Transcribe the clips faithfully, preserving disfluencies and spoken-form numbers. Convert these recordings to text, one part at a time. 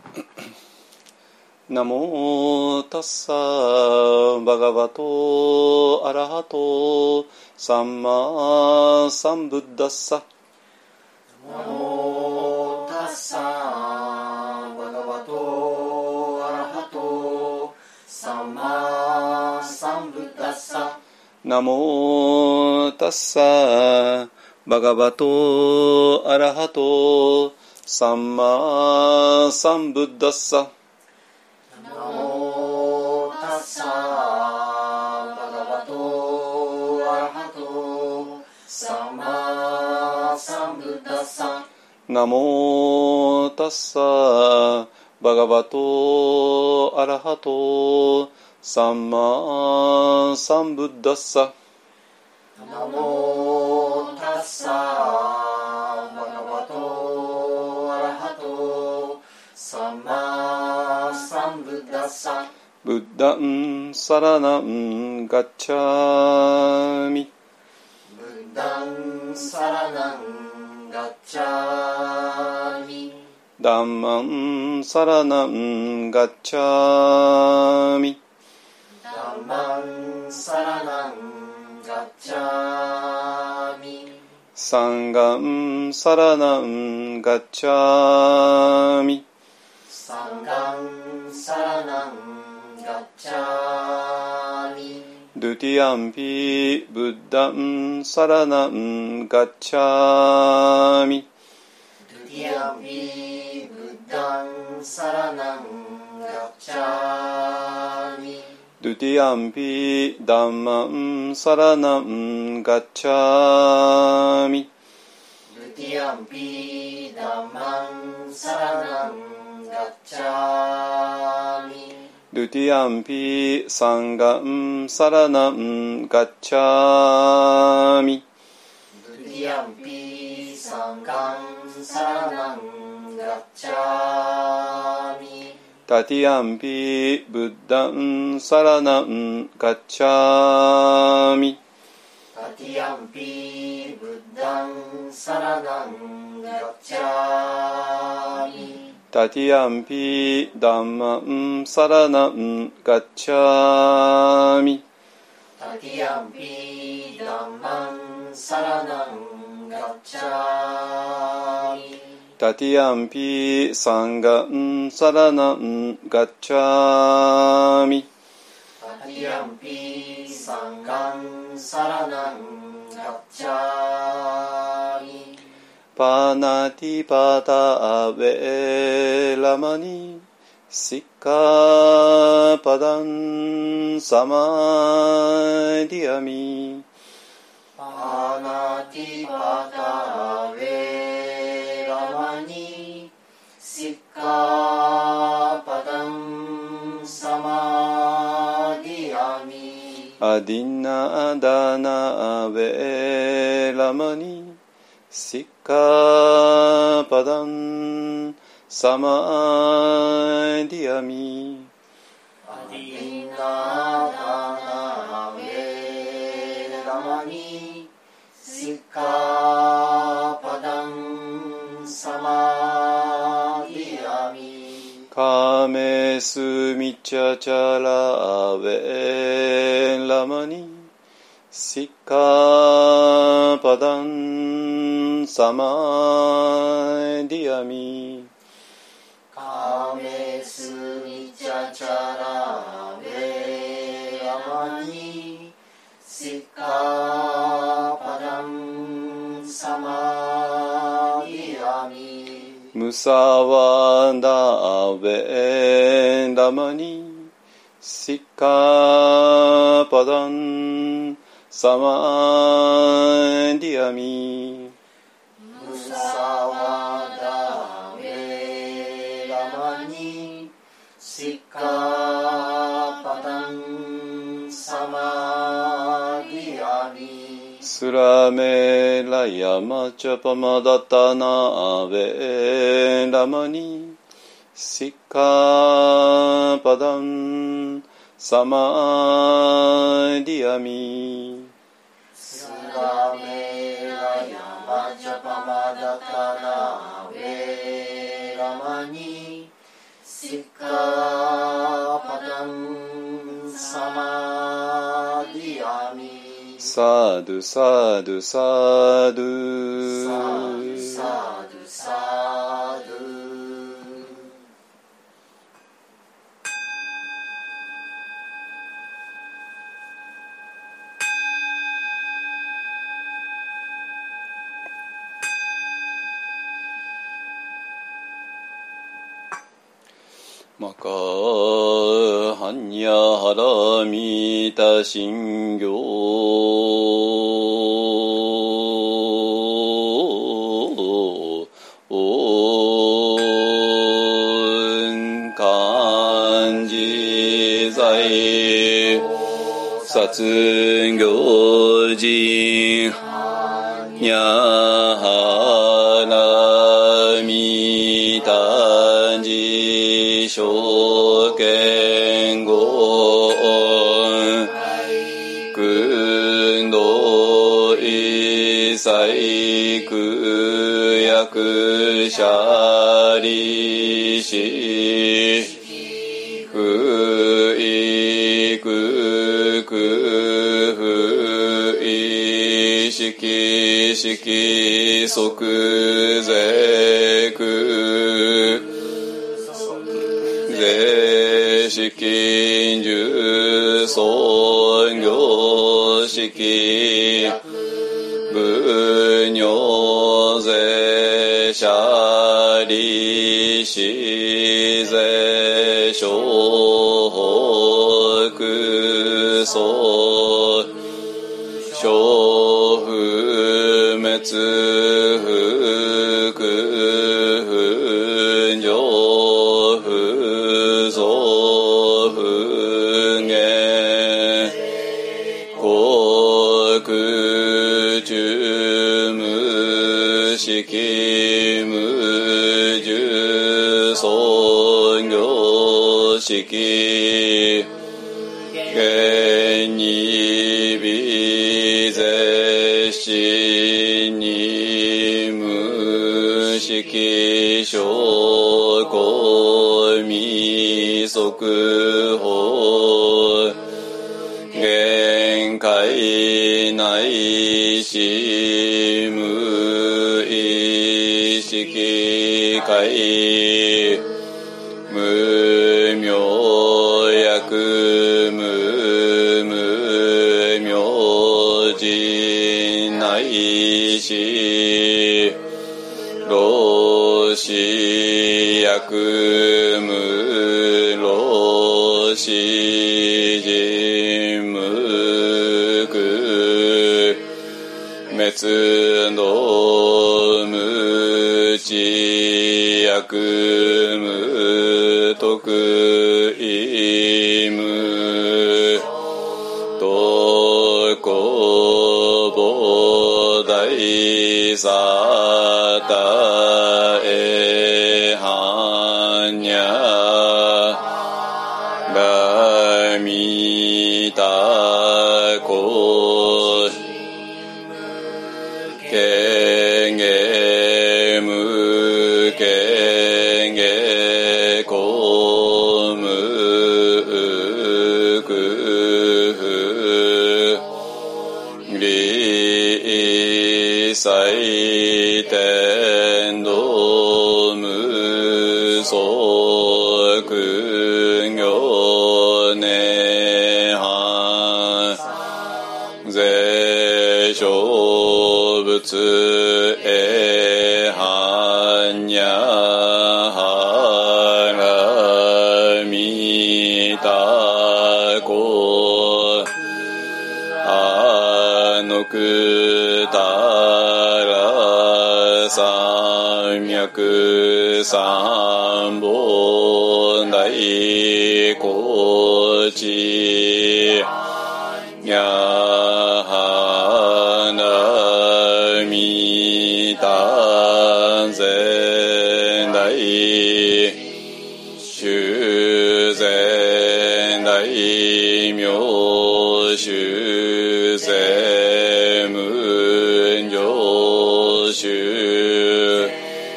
ナモタッサバガバトアラハトサンマサンブッダッサ。 ナモタッサバガバトアラハトサンマサンブッダッサ。 ナモタッサバガバトアラハトサンマサンブッダッサ。 ナモタッサバガバトアラハトサンマサンブッダッサ。 ナモタッサバガバトアラハトサンマサンブッダッサ。 ナモタッサバガバトアラハトサンマサンブッダッサ。 ブッダンサラナンガッチャミ。 ブッダンサラナンガッチャミ。 ダンマンサラナンガッチャミ。 ダンマンサラナンガッチャミ。 サンガンサラナンガッチャミ。 サンガンサラナンガッチャミ。 ドゥティアンピブッダンサラナンガッチャミ。 ドゥティアンピブッダンサラナンガッチャミ。 ドゥティアンピダンマンサラナンガッチャミ。 ドゥティアンピダンマンサラナンガッチャミ。 ドゥティアンピサンガンサラナンガッチャミ。 ドゥティアンピサンガンサラナンガッチャミ。 タティアンピブッダンサラナンガッチャミ。 タティアンピブッダンサラナンガッチャミ。 タティアンピダンマンサラナンガッチャミ。 タティアンピダンマンサラナンガッチャミ。 タティアンピサンガンサラナンガッチャミ。 タティアンピサンガンサラナンガッチャミ。 パナティパタアベラマニシッカパダンサマディアミ。 パナティパタベラマニシッカパダンサマディアミ。 アディナダナベラマニシッカパダンサマディアミ。 アディナダナベラマニシッカパダンサマディアミ。 カメスミチャチャラベラマニシッカパダンサマディアミ。 カメスミチャチャラベラマニシッカパダンサマディアミ。 ムサワダベラマニシッカパダンサマディアミ。 ムサワダベラマニシッカパダンサマディアミ。 スラメラヤマチャパマダタナベラマニシッカパダンサマディアミ。 スラメラヤマチャパマダタナベラマニサドゥサドゥサドゥサドゥサドゥサドゥ。 マカハンニャハラミタシンギョンカンジザイサツンギョジンニャハラミタジ証券語訓導一切空役者利子不意空空不意識識即税空税資金重損業式分尿税者利子税諸北総諸不滅不空上不増不減国中無式無重損業式現に微税死に無式証拠未速報限界内し無意識界無明薬無無明人内し老死薬無老死人無苦滅道無知薬無徳意無道公菩提サタエハニャラミタコケンゲムケンゲコムクフリサイテンドムソクギョネハゼショブツエハニャハラミタコアノクタラ三脈三本大高知ニャハナミタゼ大修善大名修善無常修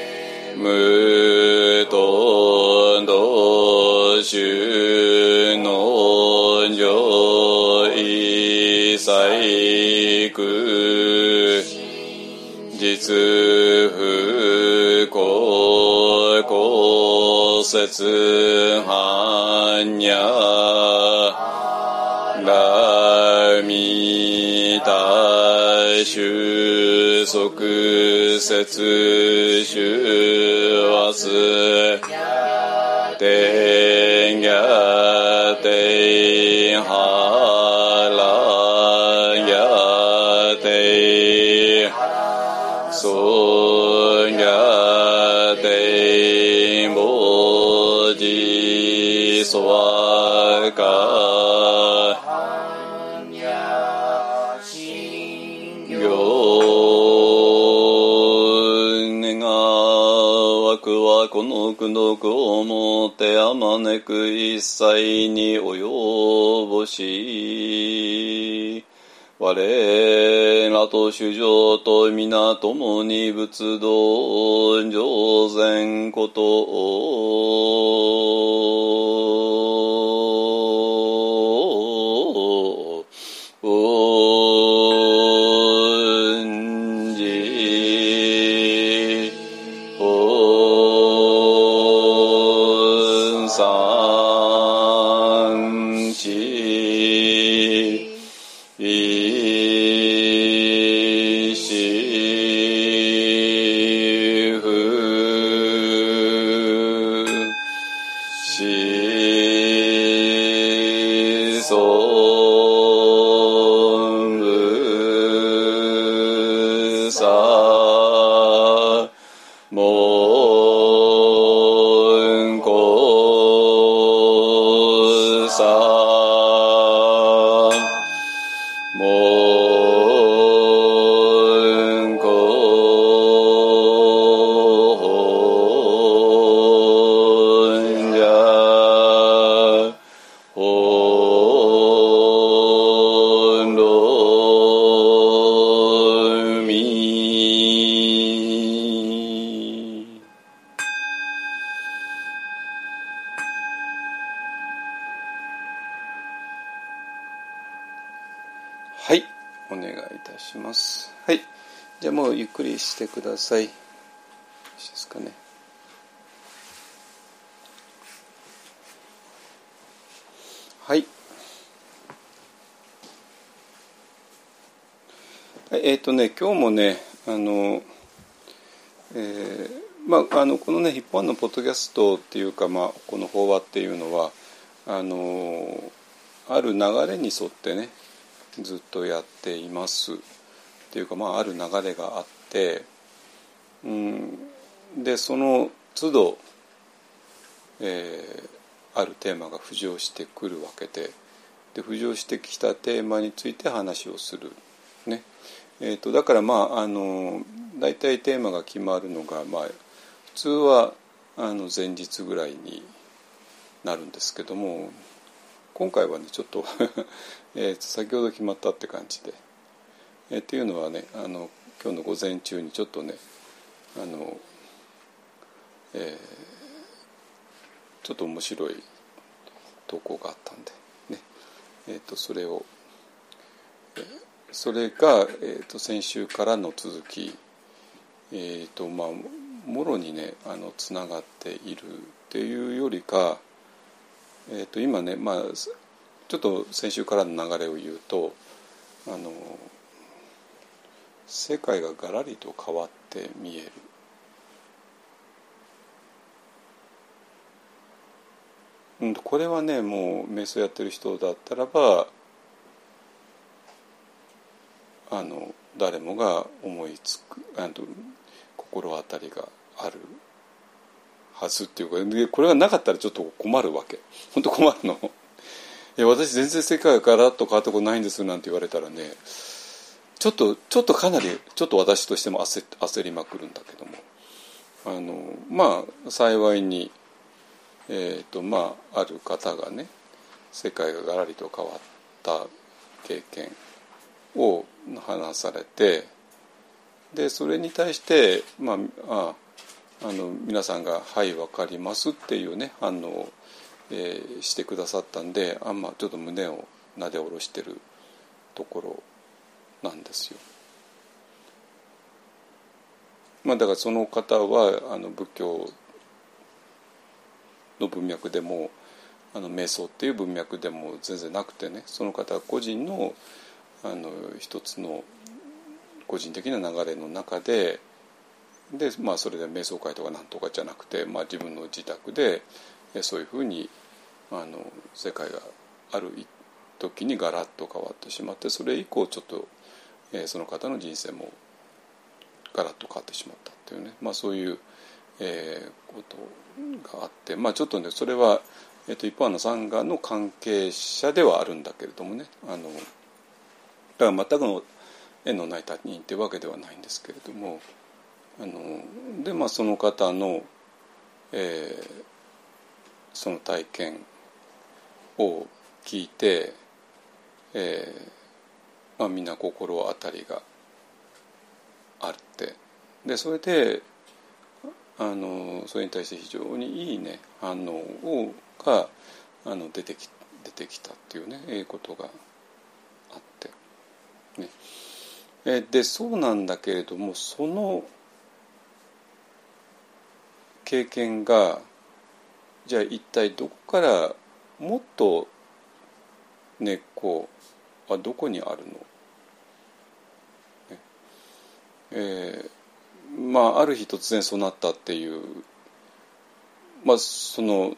無頓道修の上一切空実不公公説般若ラミ大収束説修和数天下天原やてそやてぼじそわかこの功徳をもってあまねく一切に及ぼし我らと衆生と皆共に仏道上善ことを恩じ三地一子不子孫無差門公さ門公本者本論みはい、お願いいたします。はい、じゃあもうゆっくりしてください。いいですかね。はい。えっとね、今日もね、あの、えー、まああのこのね一本のポッドキャストっていうか、まあこの法話っていうのはあのある流れに沿ってね。ずっとやっていますっていうか、まあ、ある流れがあって、うん、でその都度、えー、あるテーマが浮上してくるわけで、で浮上してきたテーマについて話をする、ねえー、とだからまああの大体テーマが決まるのが、まあ、普通はあの前日ぐらいになるんですけども、今回はねちょっとえと先ほど決まったって感じで、えー、っていうのはねあの今日の午前中にちょっとねあの、えー、ちょっと面白い投稿があったんで、ねえー、とそれを、えー、それが、えー、と先週からの続き、えーとまあ、もろにねあのつながっているっていうよりか、えー、と今ね、まあ、ちょっと先週からの流れを言うと、あの世界がガラリと変わって見える。うん、これはねもう瞑想やってる人だったらばあの誰もが思いつくあの心当たりがあるはずっていうか、これがなかったらちょっと困るわけ。本当困るの。いや私全然世界がガラッと変わったことないんですなんて言われたらね、ちょっとちょっとかなりちょっと私としても 焦, 焦りまくるんだけども、あのまあ幸いに、えーとまあ、ある方がね世界がガラリと変わった経験を話されて、でそれに対して、まあ、ああの皆さんが「はい分かります」っていうね反応を、えー、してくださったんで、あんまちょっと胸をなで下ろしてるところなんですよ。まあ、だからその方はあの仏教の文脈でもあの瞑想っていう文脈でも全然なくてね、その方個人のあの一つの個人的な流れの中でで、まあ、それで瞑想会とかなんとかじゃなくて、まあ、自分の自宅でそういうふうにあの世界がある時にガラッと変わってしまって、それ以降ちょっと、えー、その方の人生もガラッと変わってしまったっていうね、まあ、そういう、えー、ことがあって、まあ、ちょっとねそれは、えー、と一般のサンガの関係者ではあるんだけれどもね、あのだから全くの縁のない他人っていうわけではないんですけれども、あので、まあ、その方の、えー、その体験を聞いて、えーまあ、みんな心当たりがあって、でそれであのそれに対して非常にいい、ね、反応をがあの出てき出てきたっていうね、えー、ことがあって、ね、えー、でそうなんだけれども、その経験がじゃあ一体どこからもっと根っこはどこにあるの、ねえー、まあある日突然そうなったっていう、まあその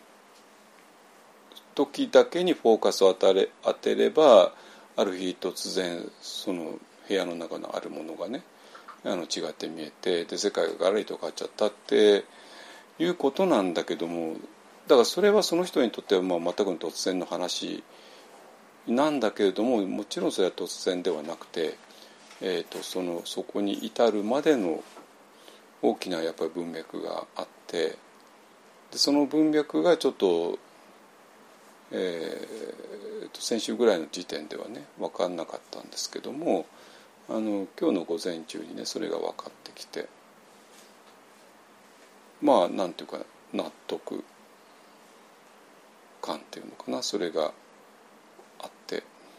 時だけにフォーカスを当たれ当てれば、ある日突然その部屋の中のあるものがねあの違って見えて、で世界がガラリと変わっちゃったっていうことなんだけども、だからそれはその人にとってはまあ全くの突然の話なんだけれども、もちろんそれは突然ではなくて、えー、とそのそこに至るまでの大きなやっぱり文脈があって、でその文脈がちょっと、えー、と先週ぐらいの時点ではね分かんなかったんですけども、あの今日の午前中にねそれが分かってきて、まあなんていうか納得感っていうのかな、それがあって、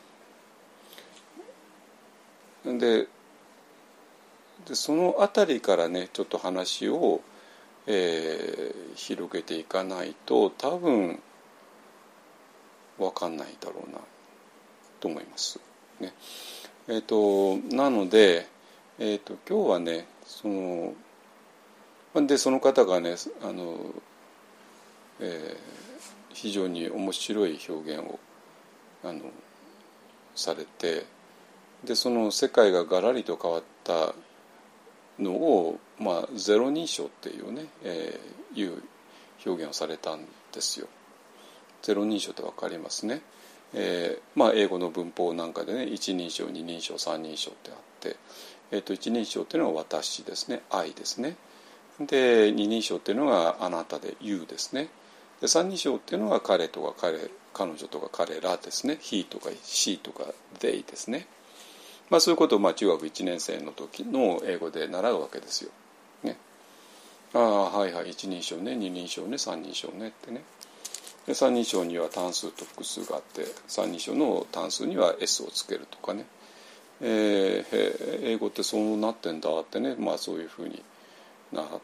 ででそのあたりからねちょっと話を、えー、広げていかないと多分分かんないだろうなと思います、ね。えー、となので、えー、と今日はねそのでその方がねあの、えー、非常に面白い表現をあのされて、でその世界がガラリと変わったのを、まあ、ゼロ認証っていうね、えー、いう表現をされたんですよ。ゼロ認証って分かりますね。えーまあ、英語の文法なんかでね一人称二人称三人称ってあって、えー、と一人称っていうのは私ですね、愛ですね。で二人称っていうのがあなたで You ですね。で三人称っていうのが彼とか彼彼女とか彼らですね、He とか She とか They ですね。まあ、そういうことをまあ中学いちねん生の時の英語で習うわけですよ。ね、ああはいはい一人称ね二人称ね三人称ねってね。で三人称には単数と複数があって、三人称の単数には S をつけるとかね、えー、英語ってそうなってんだってね、まあそういうふうになって、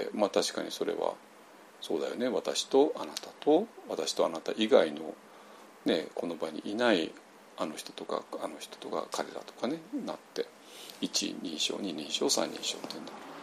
まあ確かにそれはそうだよね、私とあなたと私とあなた以外の、ね、この場にいないあの人とかあの人とか彼らとかねなって、一人称二人称三人称ってなる。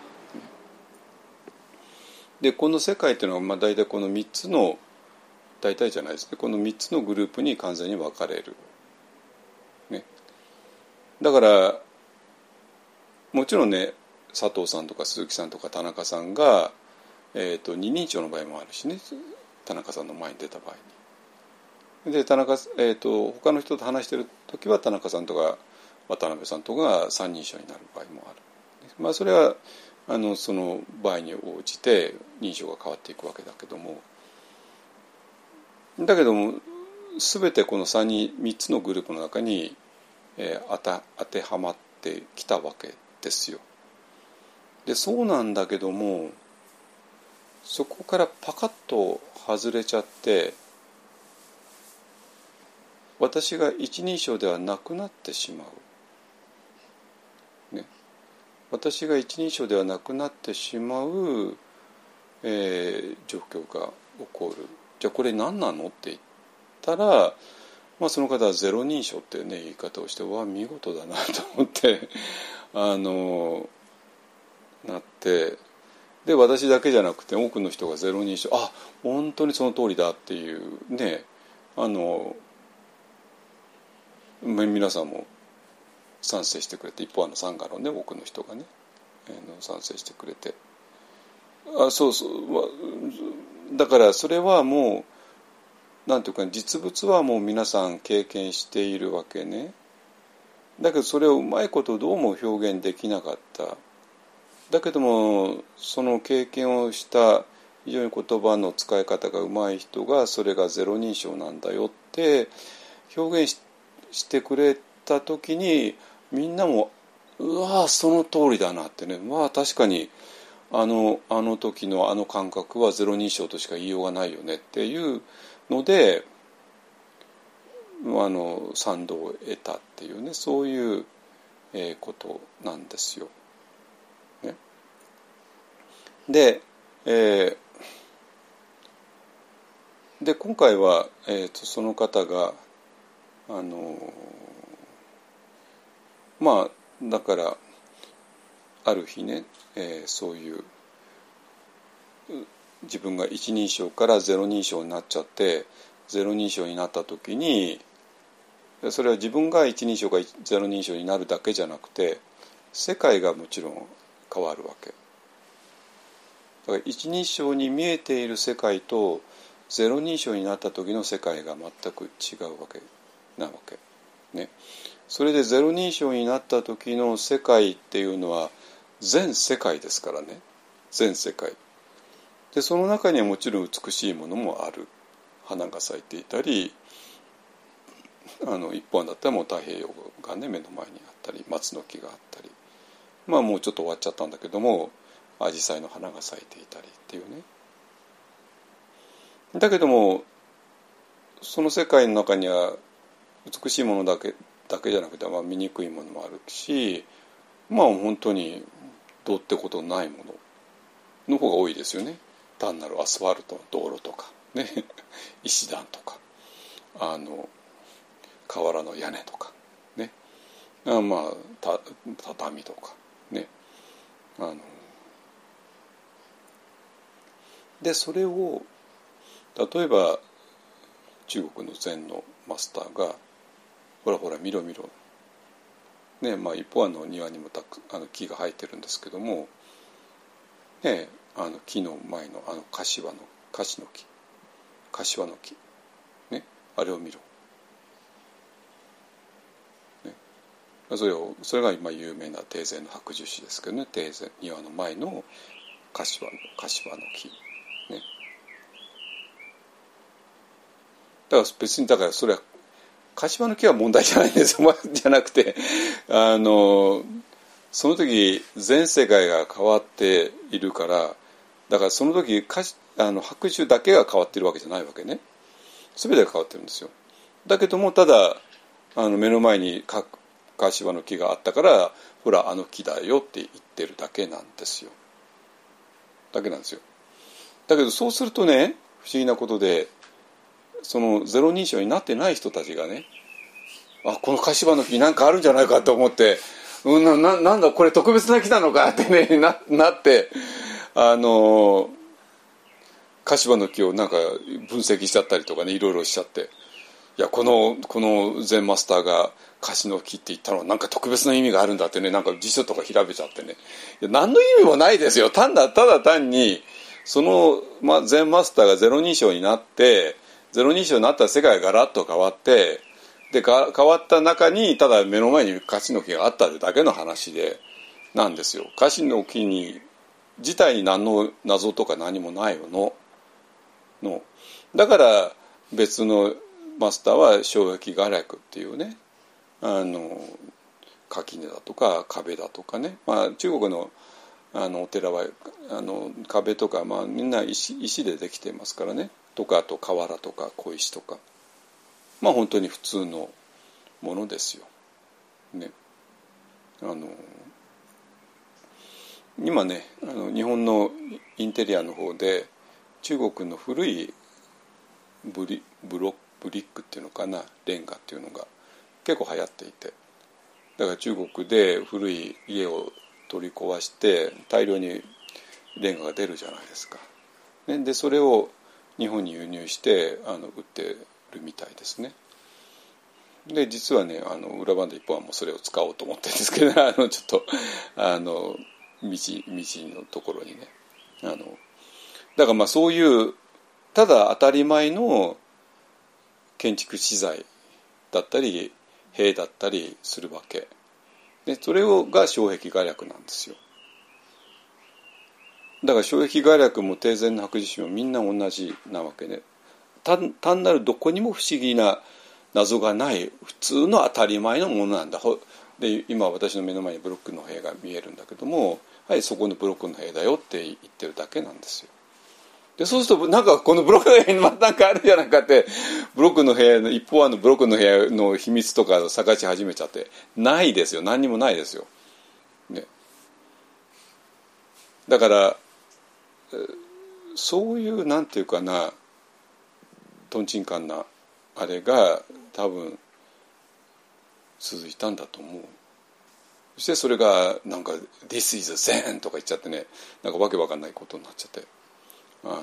でこの世界っていうのはまあ大体このみっつの大体じゃないですね、このみっつのグループに完全に分かれる、ね、だからもちろんね佐藤さんとか鈴木さんとか田中さんが、えー、と二人称の場合もあるしね、田中さんの前に出た場合にで田中、えー、と他の人と話してる時は田中さんとか渡辺さんとかが三人称になる場合もある、まあ、それはあのその場合に応じて認証が変わっていくわけだけども、だけども全てこのさんにみっつのグループの中に、えー、当た当てはまってきたわけですよ。でそうなんだけどもそこからパカッと外れちゃって私が一人称ではなくなってしまう。 私が一人称ではなくなってしまう、えー、状況が起こる。じゃあこれ何なのって言ったら、まあ、その方はゼロ人称っていうね言い方をして、わあ見事だなと思ってあのなって、で私だけじゃなくて多くの人がゼロ人称、あ本当にその通りだっていうね、あの皆さんも賛成してくれて、一方あの参加のね多くの人がね、えー、の賛成してくれて、あそうそう、まあ、だからそれはもうなんていうか実物はもう皆さん経験しているわけね。だけどそれをうまいことどうも表現できなかった。だけどもその経験をした非常に言葉の使い方がうまい人がそれがゼロ人称なんだよって表現 し, してくれた時に、みんなもうわその通りだなってね、まあ確かにあのあの時のあの感覚はゼロ人称としか言いようがないよねっていうので、あの賛同を得たっていうね、そういう、えー、ことなんですよ。ね、で、えー、で今回は、えー、とその方があのまあだからある日ね、えー、そういう自分が一人称からゼロ人称になっちゃって、ゼロ人称になった時に、それは自分が一人称がゼロ人称になるだけじゃなくて、世界がもちろん変わるわけだから、一人称に見えている世界とゼロ人称になった時の世界が全く違うわけなわけね。それでゼロ人称になった時の世界っていうのは全世界ですからね、全世界で、その中にはもちろん美しいものもある。花が咲いていたり、あの一本だったらもう太平洋がね目の前にあったり、松の木があったり、まあもうちょっと終わっちゃったんだけどもアジサイの花が咲いていたりっていうね。だけどもその世界の中には美しいものだけだけじゃなくて、まあ、醜いものもあるし、まあ本当にどうってことないものの方が多いですよね。単なるアスファルトの道路とかね石段とかあの瓦の屋根とかね、あまあた畳とかね、あのでそれを例えば中国の禅のマスターがほらほら見ろ見ろね、まあ一方あの庭にもたくあの木が生えてるんですけどもね、あの木の前のあの柏の樫の木柏の木ね、あれを見ろ、ね、それをそれが今有名な庭禅の白樹種ですけどね、庭禅庭の前の柏の柏の木ね。だから別にだからそれは柏の木は問題じゃないんですよじゃなくて、あのその時全世界が変わっているから、だからその時あの白樹だけが変わっているわけじゃないわけね。全てが変わってるんですよ。だけどもただあの目の前に柏の木があったからほらあの木だよって言ってるだけなんですよ。だけなんですよ。だけどそうするとね、不思議なことでそのゼロ人称になってない人たちがね、あこの柏の木なんかあるんじゃないかと思って、うん、な, なんだこれ特別な木なのかってね な, なってあの柏の木をなんか分析しちゃったりとかね、いろいろしちゃって、いやこのこの禅マスターが柏の木って言ったのはなんか特別な意味があるんだってね、なんか辞書とか調べちゃってね、いや何の意味もないですよ。ただただ単にその、ま、禅マスターがゼロ人称になってゼロ人称になったら世界がガラッと変わって、で変わった中にただ目の前に柏の木があっただけの話でなんですよ。柏の木に自体に何の謎とか何もないののだから別のマスターは衝撃画略っていうね、あの垣根だとか壁だとかね、まあ、中国のあのお寺はあの壁とか、まあ、みんな 石, 石でできていますからね、とかあと瓦とか小石とか、まあ本当に普通のものですよ、ね、あの今ねあの日本のインテリアの方で中国の古いブリブロブリックっていうのかな、レンガっていうのが結構流行っていて、だから中国で古い家を取り壊して大量にレンガが出るじゃないですか、ね、でそれを日本に輸入してあの売ってるみたいですね。で実はねあの裏番で一本はもうそれを使おうと思ってるんですけどあのちょっとあの道道のところにねあのだからまあそういうただ当たり前の建築資材だったり塀だったりするわけで、それをが障壁画略なんですよ。だから障壁画略も帝前の白磁子もみんな同じなわけね。単、単なるどこにも不思議な謎がない普通の当たり前のものなんだ。で今私の目の前にブロックの塀が見えるんだけども、はいそこのブロックの塀だよって言ってるだけなんですよ。でそうするとなんかこのブロックの部屋にまたなんかあるじゃないかってブロックの部屋の一方あのブロックの部屋の秘密とかを探し始めちゃってないですよ。何にもないですよ、ね、だからそういうなんていうかなとんちんかんなあれが多分続いたんだと思う。そしてそれがなんか This is Zen とか言っちゃってね、なんかわけわかんないことになっちゃって、あ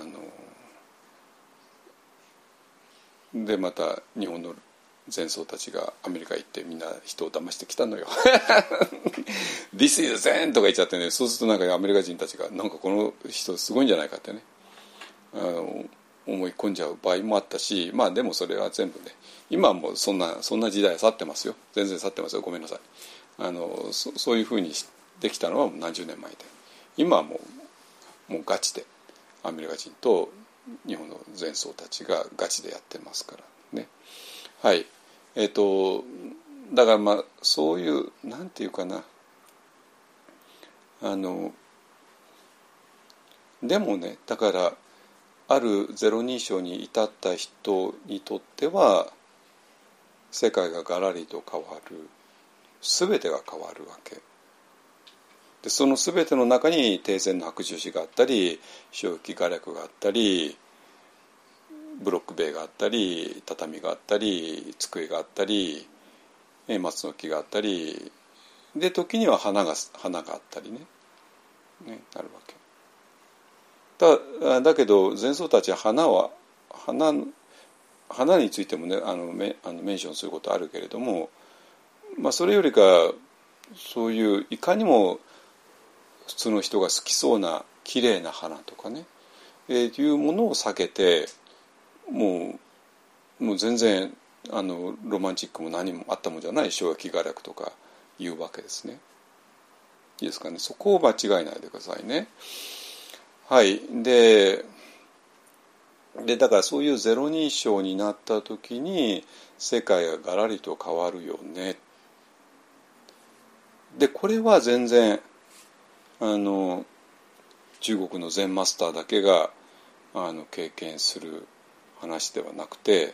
のでまた日本の禅僧たちがアメリカ行ってみんな人を騙してきたのよThis is Zen とか言っちゃってね、そうするとなんかアメリカ人たちがなんかこの人すごいんじゃないかってねあの思い込んじゃう場合もあったし、まあでもそれは全部ね今はもうそんなそんな時代は去ってますよ。全然去ってますよ。ごめんなさい。あの そ, そういうふうにできたのはもう何十年前で、今はもうもうガチでアメリカ人と日本の禅僧たちがガチでやってますからね。はいえっ、ー、とだからまあそういうなんていうかなあのでもねだからあるゼロ認証に至った人にとっては世界がガラリと変わる、全てが変わるわけで、その全ての中に帝前の白磁子があったり障壁画略があったりブロック塀があったり畳があったり机があったり松の木があったりで時には花が花があったりね、ねなるわけだ。だけど禅僧たちは花は 花, 花についてもねあの メ, あのメンションすることあるけれども、まあ、それよりかそういういかにも普通の人が好きそうな綺麗な花とかね、えー、いうものを避けてもう、もう全然あのロマンチックも何もあったもんじゃない障壁画略とかいうわけですね。いいですかね。そこを間違えないでくださいね。はいででだからそういうゼロ認証になった時に世界がガラリと変わるよね。でこれは全然あの中国の禅マスターだけがあの経験する話ではなくて、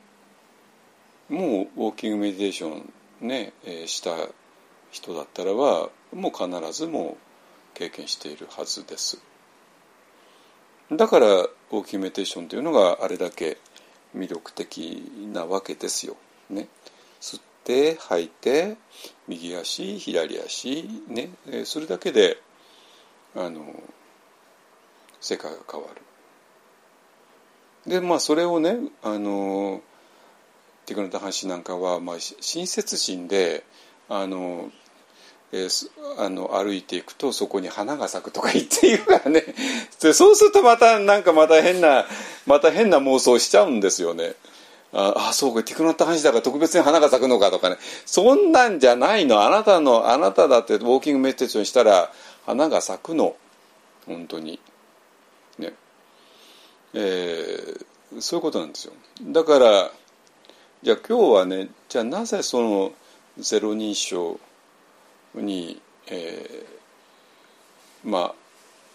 もうウォーキングメディテーションね、えー、した人だったらばもう必ずもう経験しているはずです。だからウォーキングメディテーションというのがあれだけ魅力的なわけですよ、ね、吸って吐いて右足左足ね、それだけであの世界が変わる。でまあそれをねあのティクナタハン氏なんかは、まあ、親切心であのえー、あの歩いていくとそこに花が咲くとか言って言うからねでそうするとまたなんかまた変なまた変な妄想しちゃうんですよね。ああそうかティクナタハン氏だから特別に花が咲くのかとかね、そんなんじゃないの。あなたのあなただってウォーキングメディテーションしたら花が咲くの本当にね、えー、そういうことなんですよ。だからじゃあ今日はねじゃあなぜそのゼロ認証に、えー、まあ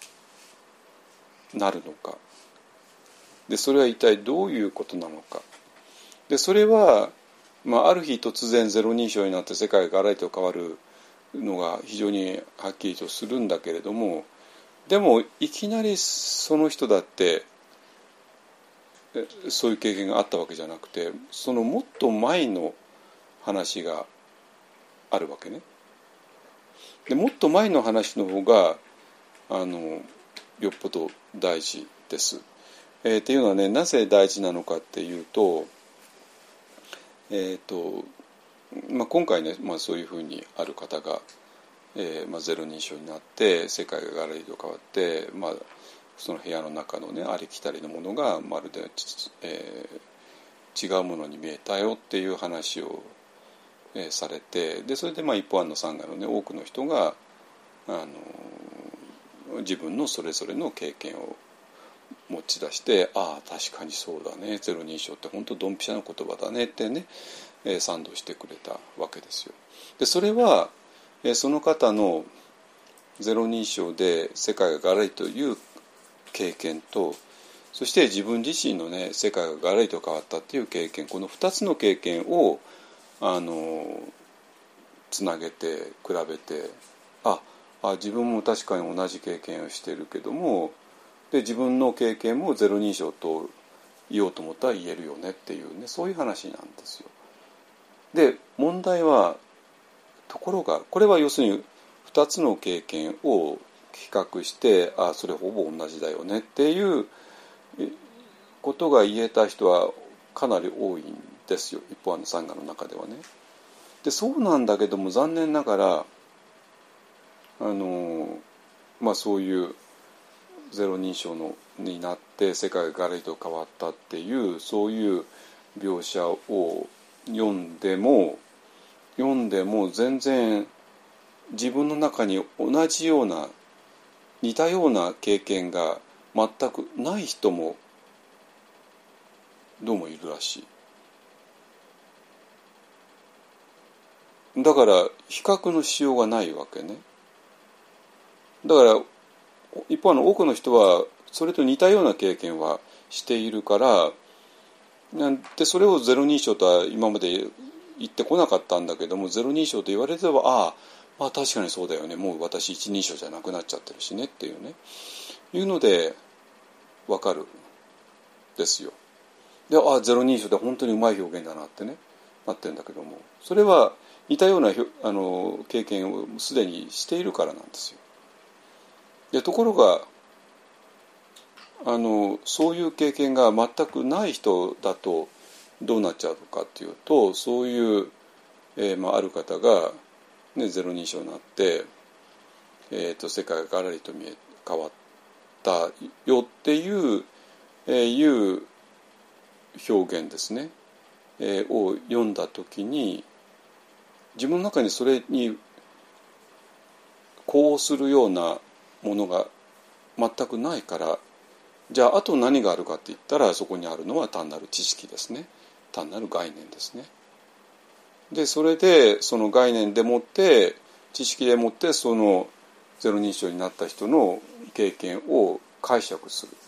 なるのかで、それは一体どういうことなのかで、それは、まあ、ある日突然ゼロ認証になって世界がガラリと変わるのが非常にはっきりとするんだけれども、でもいきなりその人だってそういう経験があったわけじゃなくて、そのもっと前の話があるわけね。でもっと前の話の方があのよっぽど大事です。えー、っていうのはね、なぜ大事なのかっていうと、えーとまあ、今回ね、まあ、そういうふうにある方が、えーまあ、ゼロ認証になって世界がガラリと変わって、まあ、その部屋の中のねありきたりのものがまるで、えー、違うものに見えたよっていう話を、えー、されて、でそれでまあ一方案の参加のね多くの人があの自分のそれぞれの経験を持ち出して、ああ確かにそうだね、ゼロ認証って本当ドンピシャな言葉だねってね、えー、賛同してくれたわけですよ。でそれは、えー、その方のゼロ認証で世界がガラリという経験と、そして自分自身のね世界がガラリと変わったっていう経験、このふたつの経験をあのつなげて比べて、ああ自分も確かに同じ経験をしているけども、で自分の経験もゼロ認証と言おうと思ったら言えるよねっていうね、そういう話なんですよ。で問題は、ところがこれは要するにふたつの経験を比較して、あそれほぼ同じだよねっていうことが言えた人はかなり多いんですよ、一方案の参加の中ではね。でそうなんだけども、残念ながらあの、まあ、そういうゼロ認証のになって世界がガラリと変わったっていうそういう描写を読んでも読んでも全然自分の中に同じような似たような経験が全くない人もどうもいるらしい。だから比較のしようがないわけね。だから一方の多くの人はそれと似たような経験はしているから、でそれをゼロ認証とは今まで言ってこなかったんだけども、ゼロ認証と言われれば、ああまあ確かにそうだよね、もう私一認証じゃなくなっちゃってるしねっていうね、いうので分かるんですよ。で、ああゼロ認証で本当にうまい表現だなってねなってるんだけども、それは似たようなあの経験をすでにしているからなんですよ。でところがあのそういう経験が全くない人だとどうなっちゃうのかっていうと、そういう、えーまあ、ある方が、ね、ゼロ認証になって、えー、と世界がガラリと見え変わったよっていう、えー、いう表現ですね、えー、を読んだ時に、自分の中にそれに呼応するようなものが全くないから、じゃああと何があるかって言ったら、そこにあるのは単なる知識ですね、単なる概念ですね。でそれでその概念でもって知識でもってそのゼロ認証になった人の経験を解釈する。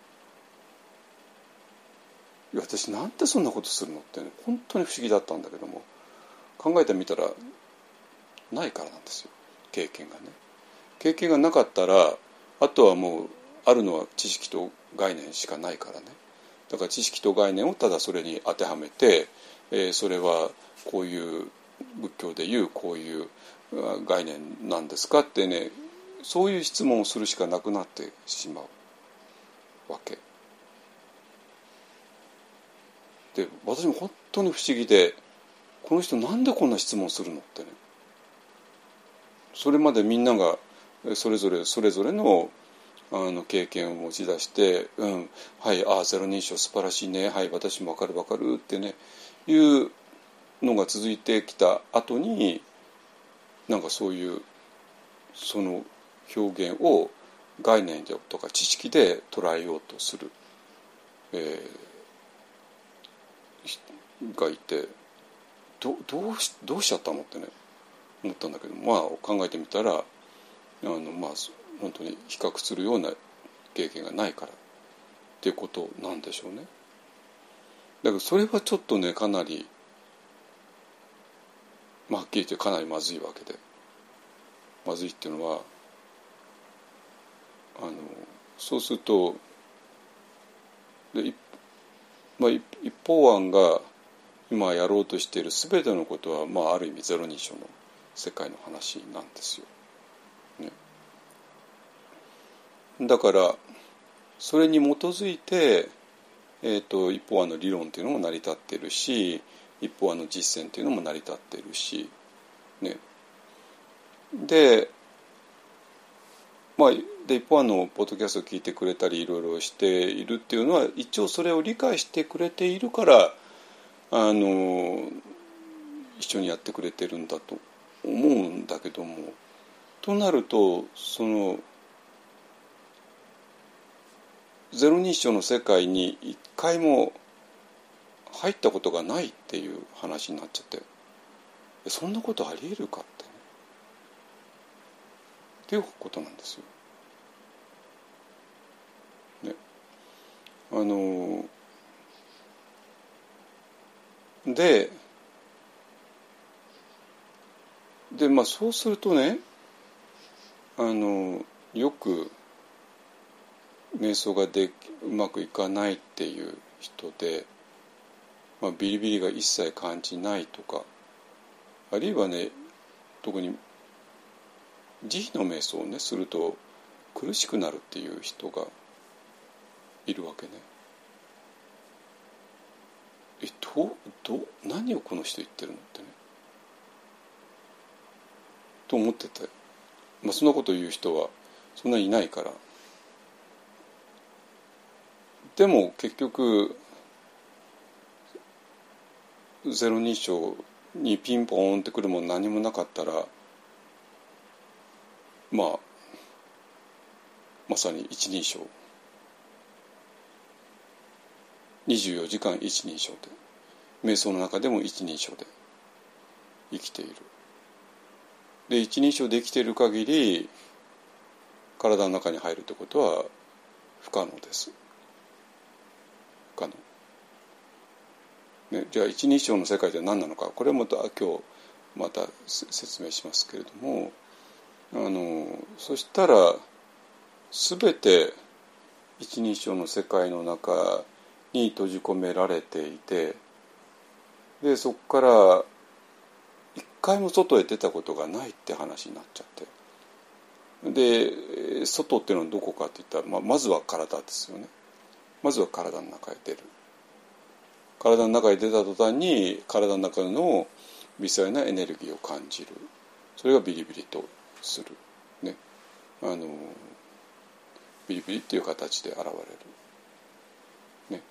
いや私なんでそんなことするのって、ね、本当に不思議だったんだけども、考えてみたらないからなんですよ、経験がね。経験がなかったらあとはもうあるのは知識と概念しかないからね。だから知識と概念をただそれに当てはめて、えー、それはこういう仏教でいうこういう概念なんですかってね、そういう質問をするしかなくなってしまうわけで、私も本当に不思議で、この人なんでこんな質問するのってね。それまでみんながそれぞれそれぞれのあの経験を持ち出して、うん、はい、ああゼロ認証素晴らしいね、はい、私も分かる分かるってねいうのが続いてきた後に、なんかそういうその表現を概念とか知識で捉えようとする、えー、がいて、ど, ど, うしどうしちゃったのってね思ったんだけど、まあ考えてみたら、あのまあ本当に比較するような経験がないからっていうことなんでしょうね。だからそれはちょっとねかなり、まあ、はっきり言ってかなりまずいわけで、 まずいっていうのは、あのそうするとで、まあ、一方案が今やろうとしている全てのことは、まあ、ある意味ゼロ認証の世界の話なんですよ、ね、だからそれに基づいて、えーと、一方案の理論っていうのも成り立っているし、一方案の実践っていうのも成り立っているし、ね、で、まあ、で一方案のポッドキャストを聞いてくれたりいろいろしているっていうのは一応それを理解してくれているからあの一緒にやってくれてるんだと思うんだけども、となるとそのゼロ認証の世界に一回も入ったことがないっていう話になっちゃって、そんなことあり得るかってね、っていうことなんですよ。ね、あのででまあそうするとね、あのよく瞑想がでうまくいかないっていう人で、まあ、ビリビリが一切感じないとか、あるいはね特に慈悲の瞑想をねすると苦しくなるっていう人がいるわけね。えどうどう何をこの人言ってるのってねと思ってて、まあ、そんなこと言う人はそんなにいないから。でも結局ゼロ認証にピンポーンってくるもの何もなかったら、まあまさに一人称、にじゅうよじかん一人称で瞑想の中でも一人称で生きている。で一人称で生きている限り体の中に入るってことは不可能です。不可能、ね、じゃあ一人称の世界って何なのか、これはまた今日また説明しますけれども、あのそしたら全て一人称の世界の中に閉じ込められていて、でそこから一回も外へ出たことがないって話になっちゃって、で外っていうのはどこかっていったら、まあ、まずは体ですよね。まずは体の中へ出る。体の中へ出た途端に体の中の微細なエネルギーを感じる。それがビリビリとする、ね、あのビリビリっていう形で現れる、ね、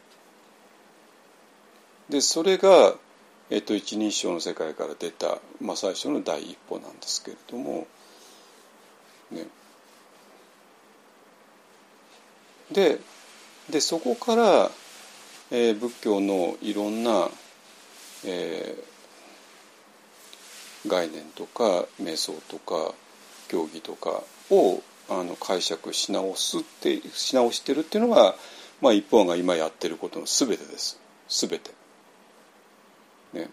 でそれが、えっと、一人称の世界から出た、まあ、最初の第一歩なんですけれども、ね、ででそこから、えー、仏教のいろんな、えー、概念とか瞑想とか教義とかをあの解釈し直すってし直してるっていうのが、まあ、一方が今やってることの全てです。全て、ね、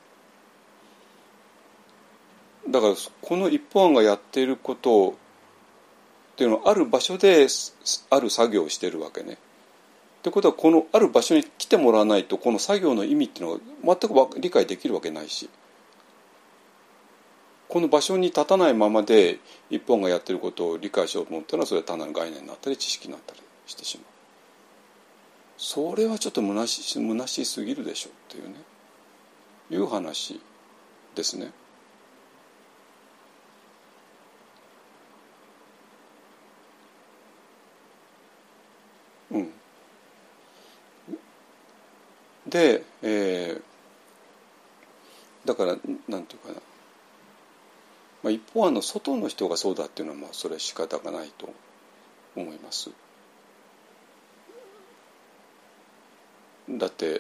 だからこの一方がやっていることっていうのはある場所である作業をしているわけね。ってことはこのある場所に来てもらわないとこの作業の意味っていうのが全く理解できるわけないし、この場所に立たないままで一本がやってることを理解しようと思ったらそれは単なる概念になったり知識になったりしてしまう。それはちょっと虚し、虚しすぎるでしょっていうねいう話ですね。うんで、えー、だからなんていうかな、まあ、一方あの外の人がそうだっていうのはまあそれは仕方がないと思います。だって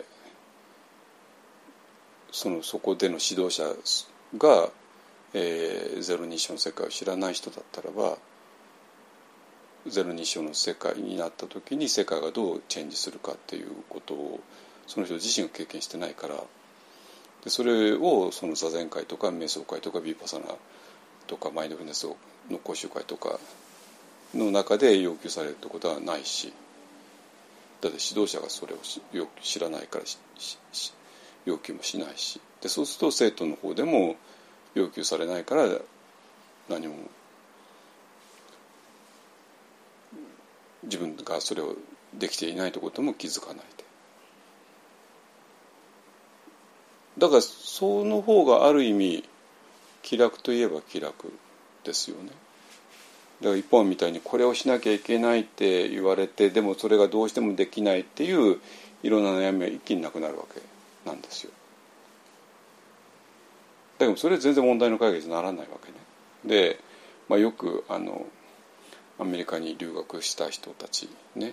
そのそこでの指導者が、えー、ゼロ認証の世界を知らない人だったらば、ゼロ認証の世界になった時に世界がどうチェンジするかっていうことをその人自身が経験してないから、でそれをその座禅会とか瞑想会とかヴィパッサナとかマインドフルネスの講習会とかの中で要求されるってことはないし、だって指導者がそれを知らないから要求もしないし、でそうすると生徒の方でも要求されないから何も自分がそれをできていないということも気づかないで、だからその方がある意味気楽といえば気楽ですよね。だから一本みたいにこれをしなきゃいけないって言われて、でもそれがどうしてもできないっていういろんな悩みは一気になくなるわけなんですよ。だけどそれは全然問題の解決にならないわけね。で、まあ、よくあのアメリカに留学した人たちね、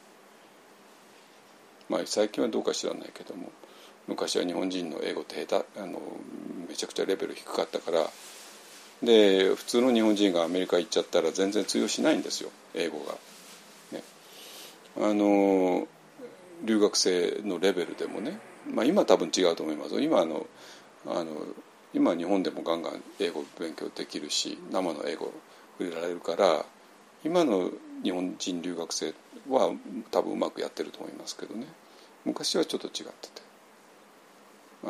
まあ、最近はどうか知らないけども、昔は日本人の英語って下手あのめちゃくちゃレベル低かったから、で普通の日本人がアメリカ行っちゃったら全然通用しないんですよ、英語が、ね、あの留学生のレベルでもね、まあ、今多分違うと思います。今あのあの今日本でもガンガン英語勉強できるし、生の英語触れられるから、今の日本人留学生は多分うまくやってると思いますけどね、昔はちょっと違ってて、あの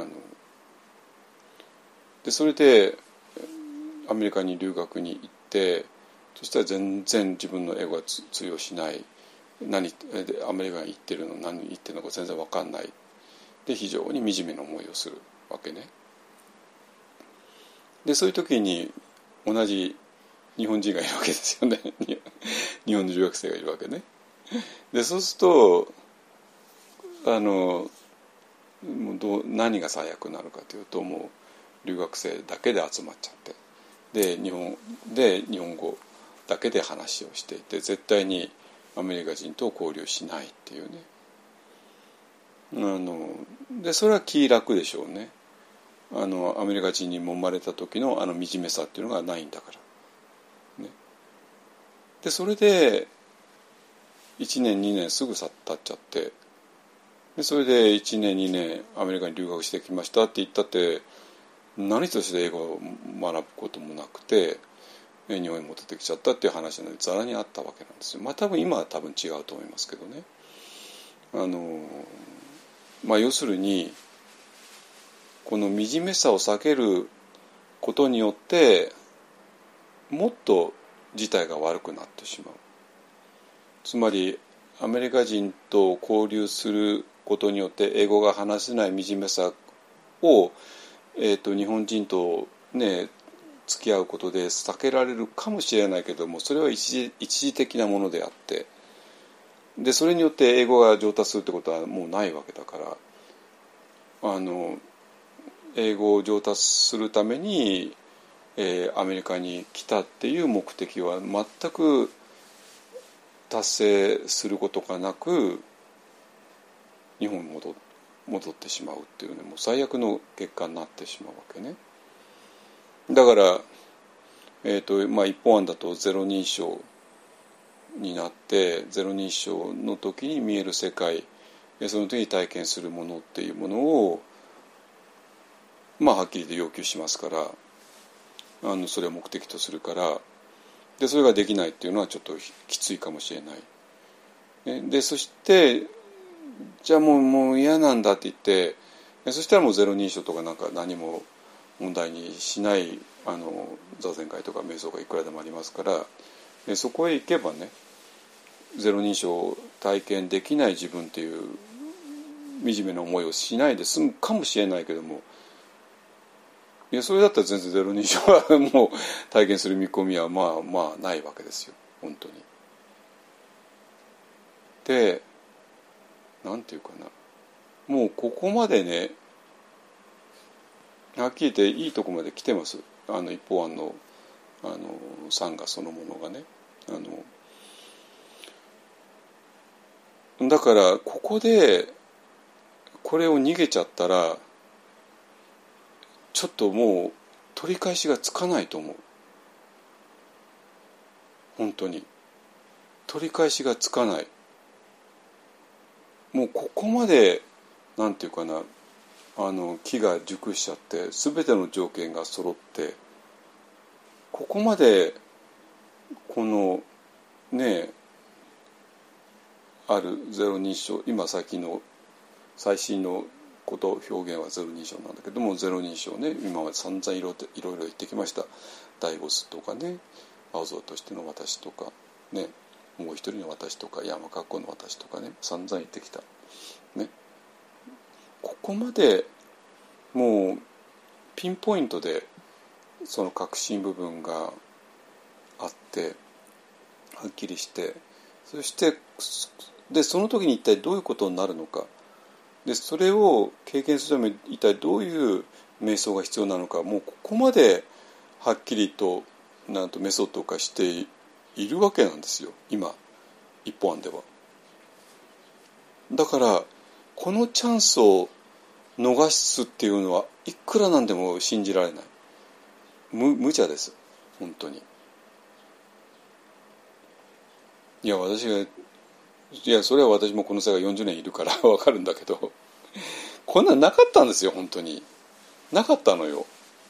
でそれでアメリカに留学に行って、そしたら全然自分の英語が通用しない、何アメリカに行ってるの何言ってるのか全然分かんない、で非常に惨めな思いをするわけね。でそういう時に同じ日本人がいるわけですよね日本の留学生がいるわけね。でそうするとあのもうどう何が最悪なのかというと、もう留学生だけで集まっちゃって、で日本で日本語だけで話をしていて、絶対にアメリカ人と交流しないっていうね。あのでそれは気楽でしょうね。あのアメリカ人に揉まれた時のあの惨めさっていうのがないんだから、ね、でそれでいちねんにねんすぐ経っちゃって、でそれでいちねんにねんアメリカに留学してきましたって言ったって何として英語を学ぶこともなくて日本に戻ってきちゃったっていう話がざらにあったわけなんですよ。まあ多分今は多分違うと思いますけどね。あのまあ要するにこの惨めさを避けることによってもっと事態が悪くなってしまう。つまりアメリカ人と交流することによって英語が話せない惨めさを、えーと、日本人とね付き合うことで避けられるかもしれないけども、それは一時、一時的なものであって、でそれによって英語が上達するってことはもうないわけだから、あの英語を上達するために、えー、アメリカに来たっていう目的は全く達成することがなく日本に 戻, 戻ってしまうっていうね、もう最悪の結果になってしまうわけね。だから、えーとまあ、一本案だとゼロ認証になって、ゼロ認証の時に見える世界、その時に体験するものっていうものをまあはっきりと要求しますから、あのそれを目的とするから、でそれができないっていうのはちょっときついかもしれない。でそしてじゃあもうもう嫌なんだって言って、そしたらもうゼロ認証とかなんか何も問題にしないあの座禅会とか瞑想がいくらでもありますから、でそこへ行けばね、ゼロ認証を体験できない自分っていう惨めな思いをしないで済むかもしれないけども、いやそれだったら全然ゼロ認証はもう体験する見込みはまあまあないわけですよ、本当に。でなんていうかな、もうここまでねはっきり言っていいとこまで来てます。あの一方案のあのサンガそのものがね、あのだからここでこれを逃げちゃったらちょっともう取り返しがつかないと思う。本当に取り返しがつかない。もうここまでなんていうかな、あの木が熟しちゃって全ての条件が揃って、 ここまでこのねあるゼロ認証、今最近の最新のこと表現はゼロ認証なんだけども、ゼロ認証ね、今まで散々いろいろ言ってきました。ダイゴスとかね、青空としての私とかね、もう一人の私とか山格好の私とかね、散々言ってきたね。ここまでもうピンポイントでその核心部分があってはっきりして、そしてでその時に一体どういうことになるのか、でそれを経験するために一体どういう瞑想が必要なのか、もうここまではっきりとなんとメソッド化しているわけなんですよ、今一本案では。だからこのチャンスを逃すっていうのはいくらなんでも信じられない、無、無茶です本当に。いや私がいやそれは私もこの世界よんじゅうねんいるから分かるんだけど、こんなんなかったんですよ、本当になかったのよ。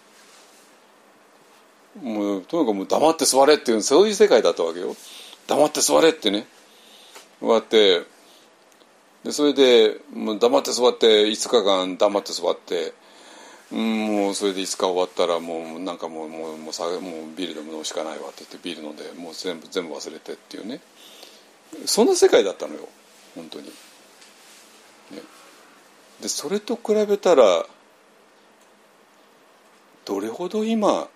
もうとにかくもう黙って座れっていう、そういう世界だったわけよ。黙って座れってね、こうやってでそれでもう黙って座っていつかかん黙って座って、うん、もうそれでいつか終わったらもうなんかもうもうもうさもうビールでも飲むしかないわって言ってビール飲んでもう全部全部忘れてっていうね、そんな世界だったのよ本当に、ね、でそれと比べたらどれほど今